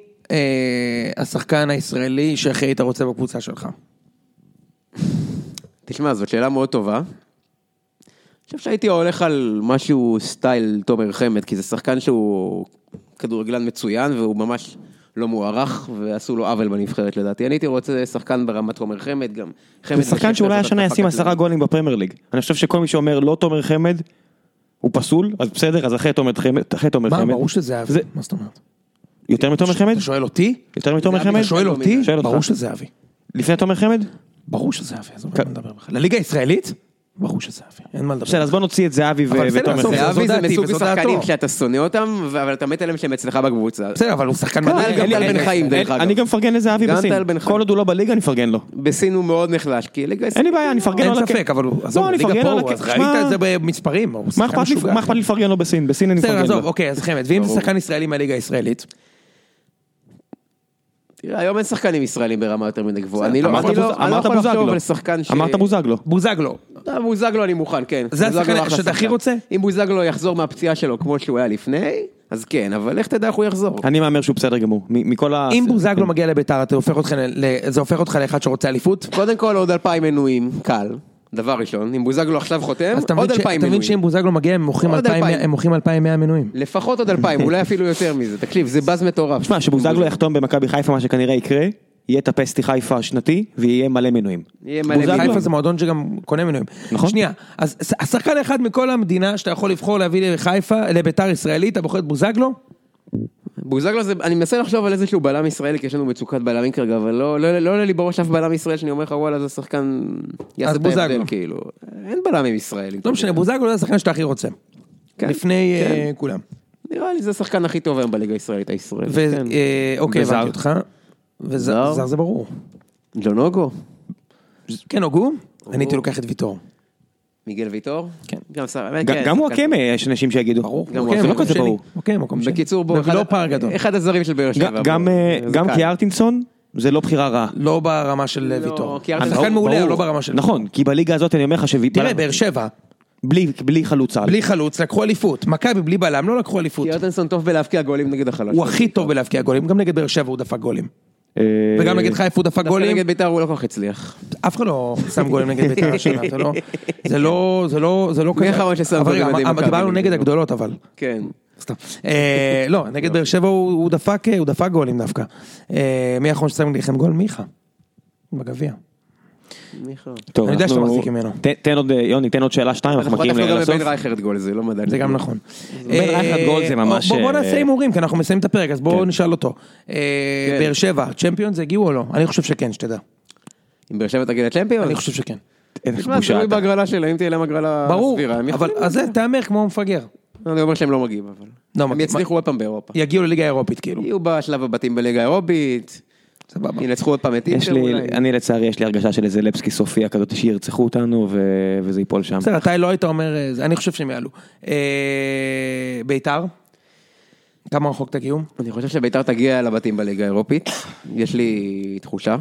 השחקן הישראלי שהכי היית רוצה בקבוצה שלך? תשמע, זאת שאלה מאוד טובה. אני חושב שהייתי הולך על משהו סטייל תומר חמד, כי זה שחקן שהוא כדורגלן מצוין, והוא ממש לא מוערך, ועשו לו עוול בנבחרת לדעתי. אני הייתי רוצה שחקן ברמת תומר חמד, גם חמד... זה שחקן שאולי השנה ישים עשרה גולים בפרמייר ליג. אני חושב שכל מי שאומר לא תומר חמד, הוא פסול, אז בסדר, אז אחרי תומר חמד, אחרי תומר חמד... מה, ברור שזה אבי? מה זאת אומרת? יותר מתומר חמד? אתה שואל אותי? יותר מתומר חמד? אתה שואל אותי? ברור שזה אבי. לפני תומר חמד? ברור שזה אבי, אז מה נדבר בכלל? לליגה הישראלית? ברור שזהבי, אין מה לדבר. בסדר, אז בוא נוציא את זהבי ותומר חמד. זהבי זה מסוג שחקנים שאתה שונא אותם, אבל אתה מת עליהם שהם אצלך בקבוצה. בסדר, אבל הוא שחקן מדהים. גם טל בן חיים דרך אגב. אני גם מפרגן לזהבי בסין. כל עוד הוא לא בליגה, אני מפרגן לו. בסין הוא מאוד נחלש, כי ליגה... אין לי בעיה, אני מפרגן לו. אין ספק, אבל הוא... לא, אני מפרגן לו. אז ראית את זה במספרים. מה אכפת לי לפרגן לו בסין? בסין אני מפרגן לו. בסדר, אוקיי, אז חמד, ואם זה שחקן ישראלי מהליגה הישראלית? תראה, היום אין שחקנים ישראלים ברמה יותר מדי גבוהה. אני לא יכול לחשוב על שחקן ש... אמרת בוזגלו. בוזגלו. בוזגלו אני מוכן, כן. זה השחקן שאתה הכי רוצה? אם בוזגלו יחזור מהפציעה שלו כמו שהוא היה לפני, אז כן, אבל איך תדע איך הוא יחזור? אני מאמר שהוא בסדר גמור. מכל ה... אם בוזגלו מגיע לביתר, זה הופך אותך לאחד שרוצה אליפות? קודם כל עוד אלפיים מנויים, קל. דבר ראשון, אם בוזגלו עכשיו חותם, עוד אלפיים מנויים. אתה מבין שאם בוזגלו מגיע, הם מוכרים אלפיים ומאה מנויים. לפחות עוד אלפיים, אולי אפילו יותר מזה. תקשיב, זה בז מטורף. תשמע, שבוזגלו יחתום במכבי חיפה, מה שכנראה יקרה, יהיה את הפסטי חיפה שנתי, ויהיה מלא מנויים. חיפה זה מועדון שגם קונה מנויים. נכון. שנייה, אז השחקן אחד מכל המדינה, שאתה יכול לבחור להביא לחיפה, לביתר ישראלית, אתה בוחר את בוזגלו? בוזגלו זה, אני מנסה לחשוב על איזשהו בלם ישראלי, כי יש לנו מצוקת בלמים כרגע, אבל לא, לא, לא עולה לי בראש אף בלם ישראל, שאני אומר לך, וואלה, זה שחקן, יעשה את ההבדל, כאילו. אין בלמים ישראלים. לא משנה, בוזגלו זה השחקן שאתה הכי רוצה. לפני כולם. נראה לי זה השחקן הכי טוב היום בליגה הישראלית, הישראלית. אוקיי, הבנתי אותך. וזר זה ברור. ג'ון אוגו. כן, אוגו. אני הייתי לוקח את ויטור. מיגל ויטור? כן. גם הוא הקמה, יש אנשים שיגידו. ברור. זה לא כזה ברור. אוקיי, מקום שני. בקיצור, בוא, לא פער גדול. אחד הזרים של באר שבע. גם קיארטינסון, זה לא בחירה רעה. לא ברמה של ויטור. שחקן מעולה, לא ברמה של... נכון, כי בליגה הזאת אני אומר לך שוויטור... תראה, באר שבע. בלי חלוץ. בלי חלוץ, לקחו אליפות. מכבי בלי בלם, לא לקחו אליפות. קיארטינסון טוב בלהבקיע גולים נגד החלש. הוא הכי טוב בלהבקיע גולים, גם נגד באר שבע הוא דפק גולים. וגם נגד חיפה הוא דפק גולים. דווקא נגד בית"ר הוא לא כל כך הצליח. אף אחד לא שם גולים נגד בית"ר השנה, זה לא, זה לא, זה לא, זה לא כזה. מי האחרון ששם גולים נגד מכבי? דיברנו נגד הגדולות אבל. כן. סתם. לא, נגד באר שבע הוא דפק, הוא דפק גולים דווקא. מי האחרון ששם לכם גול? מיכה. בגביע. טוב, אני יודע שאתה מחזיק ממנו. תן עוד, יוני, תן עוד שאלה שתיים, אנחנו מגיעים לסוף. לסוף. בן רייכרד גול, זה לא מדע. זה גם נכון. בן רייכרד גול זה ממש... בוא נעשה הימורים, כי אנחנו מסיים את הפרק, אז בואו נשאל אותו. באר שבע, צ'מפיון זה הגיעו או לא? אני חושב שכן, שתדע. אם באר שבע תגיד הצ'מפיון? אני חושב שכן. תשמע, זה תלוי בהגרלה שלה, אם תהיה להם הגרלה סבירה. ברור, אבל אז זה תאמר כמו מפגר. אני אומר שהם לא מגיעים, אבל... הם יצליחו עוד פעם באירופה. יגיעו לליגה האירופית, כאילו. יהיו בשלב הבתים בליגה האירופית. ינצחו עוד פעם את אינטר אולי. אני לצערי יש לי הרגשה של איזה לפסקי סופיה כזאת שירצחו אותנו וזה ייפול שם. בסדר, אתה לא היית אומר, אני חושב שהם יעלו. ביתר? כמה רחוק תגיעו? אני חושב שביתר תגיע לבתים בליגה האירופית. יש לי תחושה.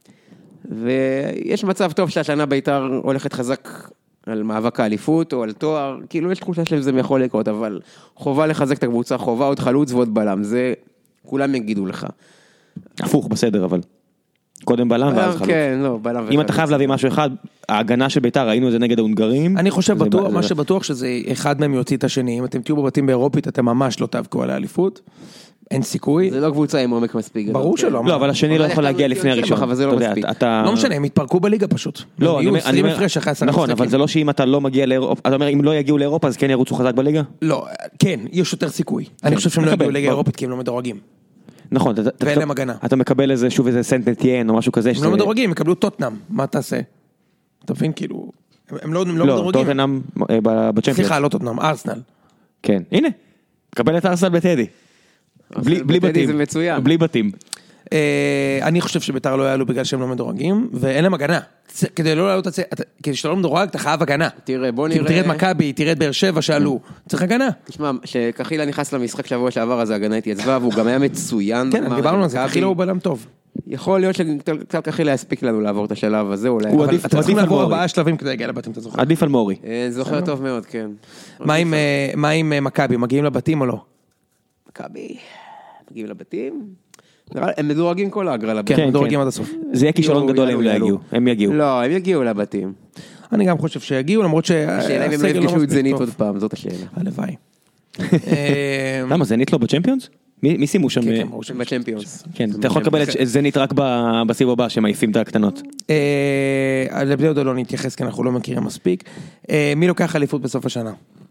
ויש מצב טוב שהשנה ביתר הולכת חזק על מאבק האליפות או על תואר. כאילו יש תחושה שזה יכול לקרות, אבל חובה לחזק את הקבוצה, חובה עוד חלוץ ועוד בלם. זה כולם יגידו לך. הפוך בסדר, אבל קודם בלם ואז חלוץ. כן, לא, בלם וחלוץ. אם אתה חייב להביא משהו אחד, ההגנה של ביתר, ראינו את זה נגד ההונגרים. אני חושב בטוח, מה שבטוח שזה אחד מהם יוציא את השני. אם אתם תהיו בבתים באירופית, אתם ממש לא תאבקו על האליפות. אין סיכוי. זה לא קבוצה עם עומק מספיק. ברור שלא. לא, אבל השני לא יכול להגיע לפני הראשון. אבל זה לא מספיק. לא משנה, הם התפרקו בליגה פשוט. לא, אני אומר, נכון, אבל זה לא שאם אתה לא מגיע לאירופה, אתה אומר, אם לא יגיעו לאירופה, אז כן ירוצו חזק בליגה? לא, כן, יש יותר סיכוי. אני חושב שהם לא יגיעו לליגה האירופית, כי הם לא מדורגים. נכון, ואין להם הגנה. אתה מקבל איזה, שוב איזה סנט נטיין או משהו כזה. הם לא מדורגים, הם יקבלו טוטנאם, מה תעשה? אתה מבין, כאילו, הם לא מדורגים. לא, טוטנאם בצ'מפיונס. סליחה, לא טוטנאם, ארסנל. כן, הנה, קבל את ארסנל בטדי. בלי בתים. זה מצוין. בלי בתים. אני חושב שביתר לא יעלו בגלל שהם לא מדורגים, ואין להם הגנה. כדי לא לעלות, כדי שאתה לא מדורג, אתה חייב הגנה. תראה, בוא נראה. תראה את מכבי, תראה את באר שבע שעלו. צריך הגנה. תשמע, שכחילה נכנס למשחק שבוע שעבר, אז ההגנה התייצבה, והוא גם היה מצוין. כן, דיברנו על זה, כחילה הוא בלם טוב. יכול להיות שקצת כחילה יספיק לנו לעבור את השלב הזה, אולי. אתם צריכים לעבור ארבעה שלבים כדי להגיע לבתים, אתה זוכר? עדיף על מורי. זוכר טוב מאוד, כן. מה עם מכבי, מגיעים לבתים או לא? מכבי, מגיעים לבתים? הם מדורגים כל ההגרלה. כן, מדורגים עד הסוף. זה יהיה כישלון גדול אם לא יגיעו. הם יגיעו. לא, הם יגיעו לבתים. אני גם חושב שיגיעו, למרות השאלה אם הם לא יפגשו את זנית עוד פעם, זאת השאלה. הלוואי. למה, זנית לא בצ'מפיונס? מי שימו שם? בצ'מפיונס. כן, אתה יכול לקבל את זנית רק בסיבוב הבא, שמעיפים את הקטנות. לבני עוד לא נתייחס, כי אנחנו לא מכירים מספיק. מי לוקח אליפות בסוף השנה?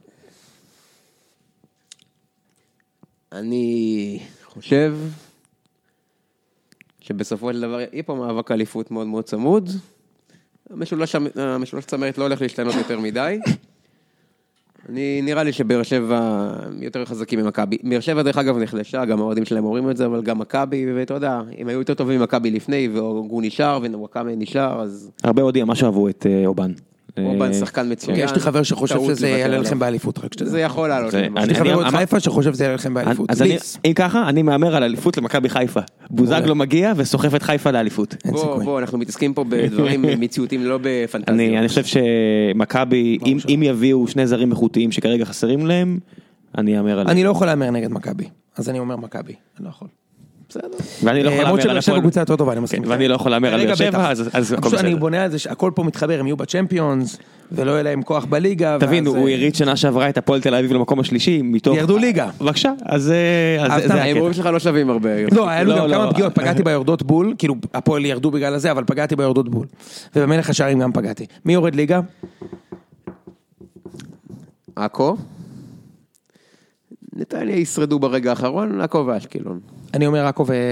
אני חושב שבסופו של דבר יהיה פה מאבק אליפות מאוד מאוד צמוד. המשולש צמרת לא הולך להשתנות יותר מדי. אני נראה לי שבאר שבע יותר חזקים ממכבי. באר שבע דרך אגב נחלשה, גם האוהדים שלהם אומרים את זה, אבל גם מכבי, ואתה יודע, אם היו יותר טובים ממכבי לפני, והוא נשאר, ווואקמה נשאר, אז... הרבה אוהדים, מה שאהבו את אובן. אובן שחקן מצוין. יש לי חבר שחושב שזה יעלה לכם באליפות, רק שתדע. זה יכול לעלות. יש לי חבר עוד חיפה שחושב שזה יעלה לכם באליפות. אז אם ככה, אני מאמר על אליפות למכבי חיפה. בוזגלו מגיע וסוחף את חיפה לאליפות. בוא, בוא, אנחנו מתעסקים פה בדברים מציאותיים, לא בפנטזיה. אני חושב שמכבי, אם יביאו שני זרים איכותיים שכרגע חסרים להם, אני אאמר עליהם. אני לא יכול לאמר נגד מכבי, אז אני אומר מכבי, אני לא יכול. ואני לא יכול לאמר על הפועל. קבוצה יותר טובה, אני מסכים. ואני לא יכול לאמר על באר שבע, אז הכל בסדר. אני בונה על זה שהכל פה מתחבר, הם יהיו בצ'מפיונס, ולא יהיה להם כוח בליגה. תבין, הוא הריץ שנה שעברה את הפועל תל אביב למקום השלישי, מתוך... ירדו ליגה. בבקשה, אז זה הקטע. ההימורים שלך לא שווים הרבה. לא, היה לו גם כמה פגיעות, פגעתי ביורדות בול, כאילו הפועל ירדו בגלל הזה, אבל פגעתי ביורדות בול. ובמלך השערים גם פגעתי. מי יורד ליגה? עכו. נתניה ישרדו ברגע האחרון, עכו ואשקלון. אני אומר עכו ו...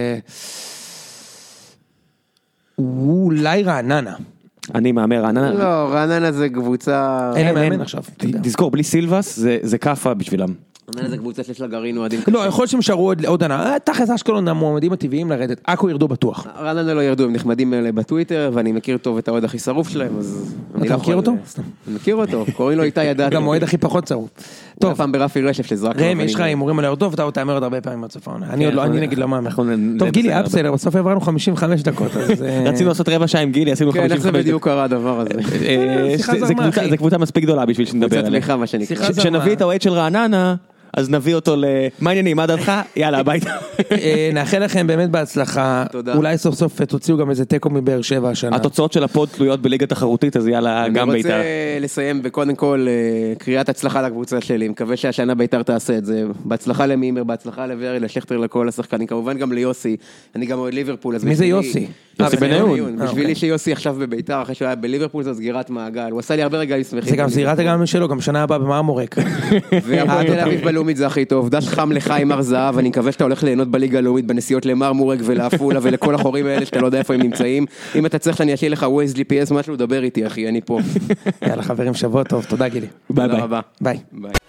אולי רעננה. אני מאמר רעננה. לא, רעננה זה קבוצה... אין מאמן עכשיו. תזכור, בלי סילבס זה קפה בשבילם. רעננה זה קבוצה שיש לה גרעין אוהדים. לא, יכול להיות שהם שרו עוד ענה. תכף אשקלון המועמדים הטבעיים לרדת. עכו ירדו בטוח. רעננה לא ירדו, הם נחמדים אלה בטוויטר, ואני מכיר טוב את האוהד הכי שרוף שלהם, אז... אתה מכיר אותו? אני מכיר אותו, קוראים לו איתי ידעת. גם האוהד הכי פחות שרוף. טוב. פעם ברפי רשף שזרק. ראם, יש לך הימורים על היורדות, ואתה תאמר עוד הרבה פעמים עד סוף העונה. אני עוד לא, אני נגיד לא מאמר. טוב, גילי, אפסלר, בסוף עברנו חמישים וחמש דקות, אז... רצינו לעשות רבע שעה עם גילי, עשינו חמישים וחמש דקות. כן, איך זה בדיוק קרה הדבר הזה? זה קבוצה מספיק גדולה בשביל שנדבר עליה. שנביא את האוהד של רעננה, אז נביא אותו ל... מה העניינים, מה דעתך? יאללה, הביתה. נאחל לכם באמת בהצלחה, תודה. אולי סוף סוף תוציאו גם איזה טקו מבאר שבע השנה. התוצאות של הפוד תלויות בליגה תחרותית, אז יאללה, גם אני ביתר. רוצה לסיים בקודם כל קריאת הצלחה לקבוצה שלי, מקווה שהשנה ביתר תעשה את זה, בהצלחה למימר, בהצלחה לוירי, לשכטר, לכל השחקנים, כמובן גם ליוסי, אני גם אוהד ליברפול. מי זה יוסי? יוסי בניון. בשבילי שיוסי עכשיו בביתר, אחרי שהוא היה בליברפול, זו סגירת מעגל, הוא עשה לי הרבה רגעים שמחים. זה גם סגירת הגמל שלו, גם שנה הבאה במרמורק. והפועל תל אביב בלאומית זה הכי טוב, דש חם לך עם הר זהב, אני מקווה שאתה הולך ליהנות בליגה הלאומית בנסיעות למרמורק ולעפולה ולכל החורים האלה שאתה לא יודע איפה הם נמצאים. אם אתה צריך שאני אשאיר לך ווייז ג'י פי אס משהו, דבר איתי אחי, אני פה. יאללה חברים, שבוע טוב, תודה גילי. ביי ביי. תודה רבה. ביי. ביי.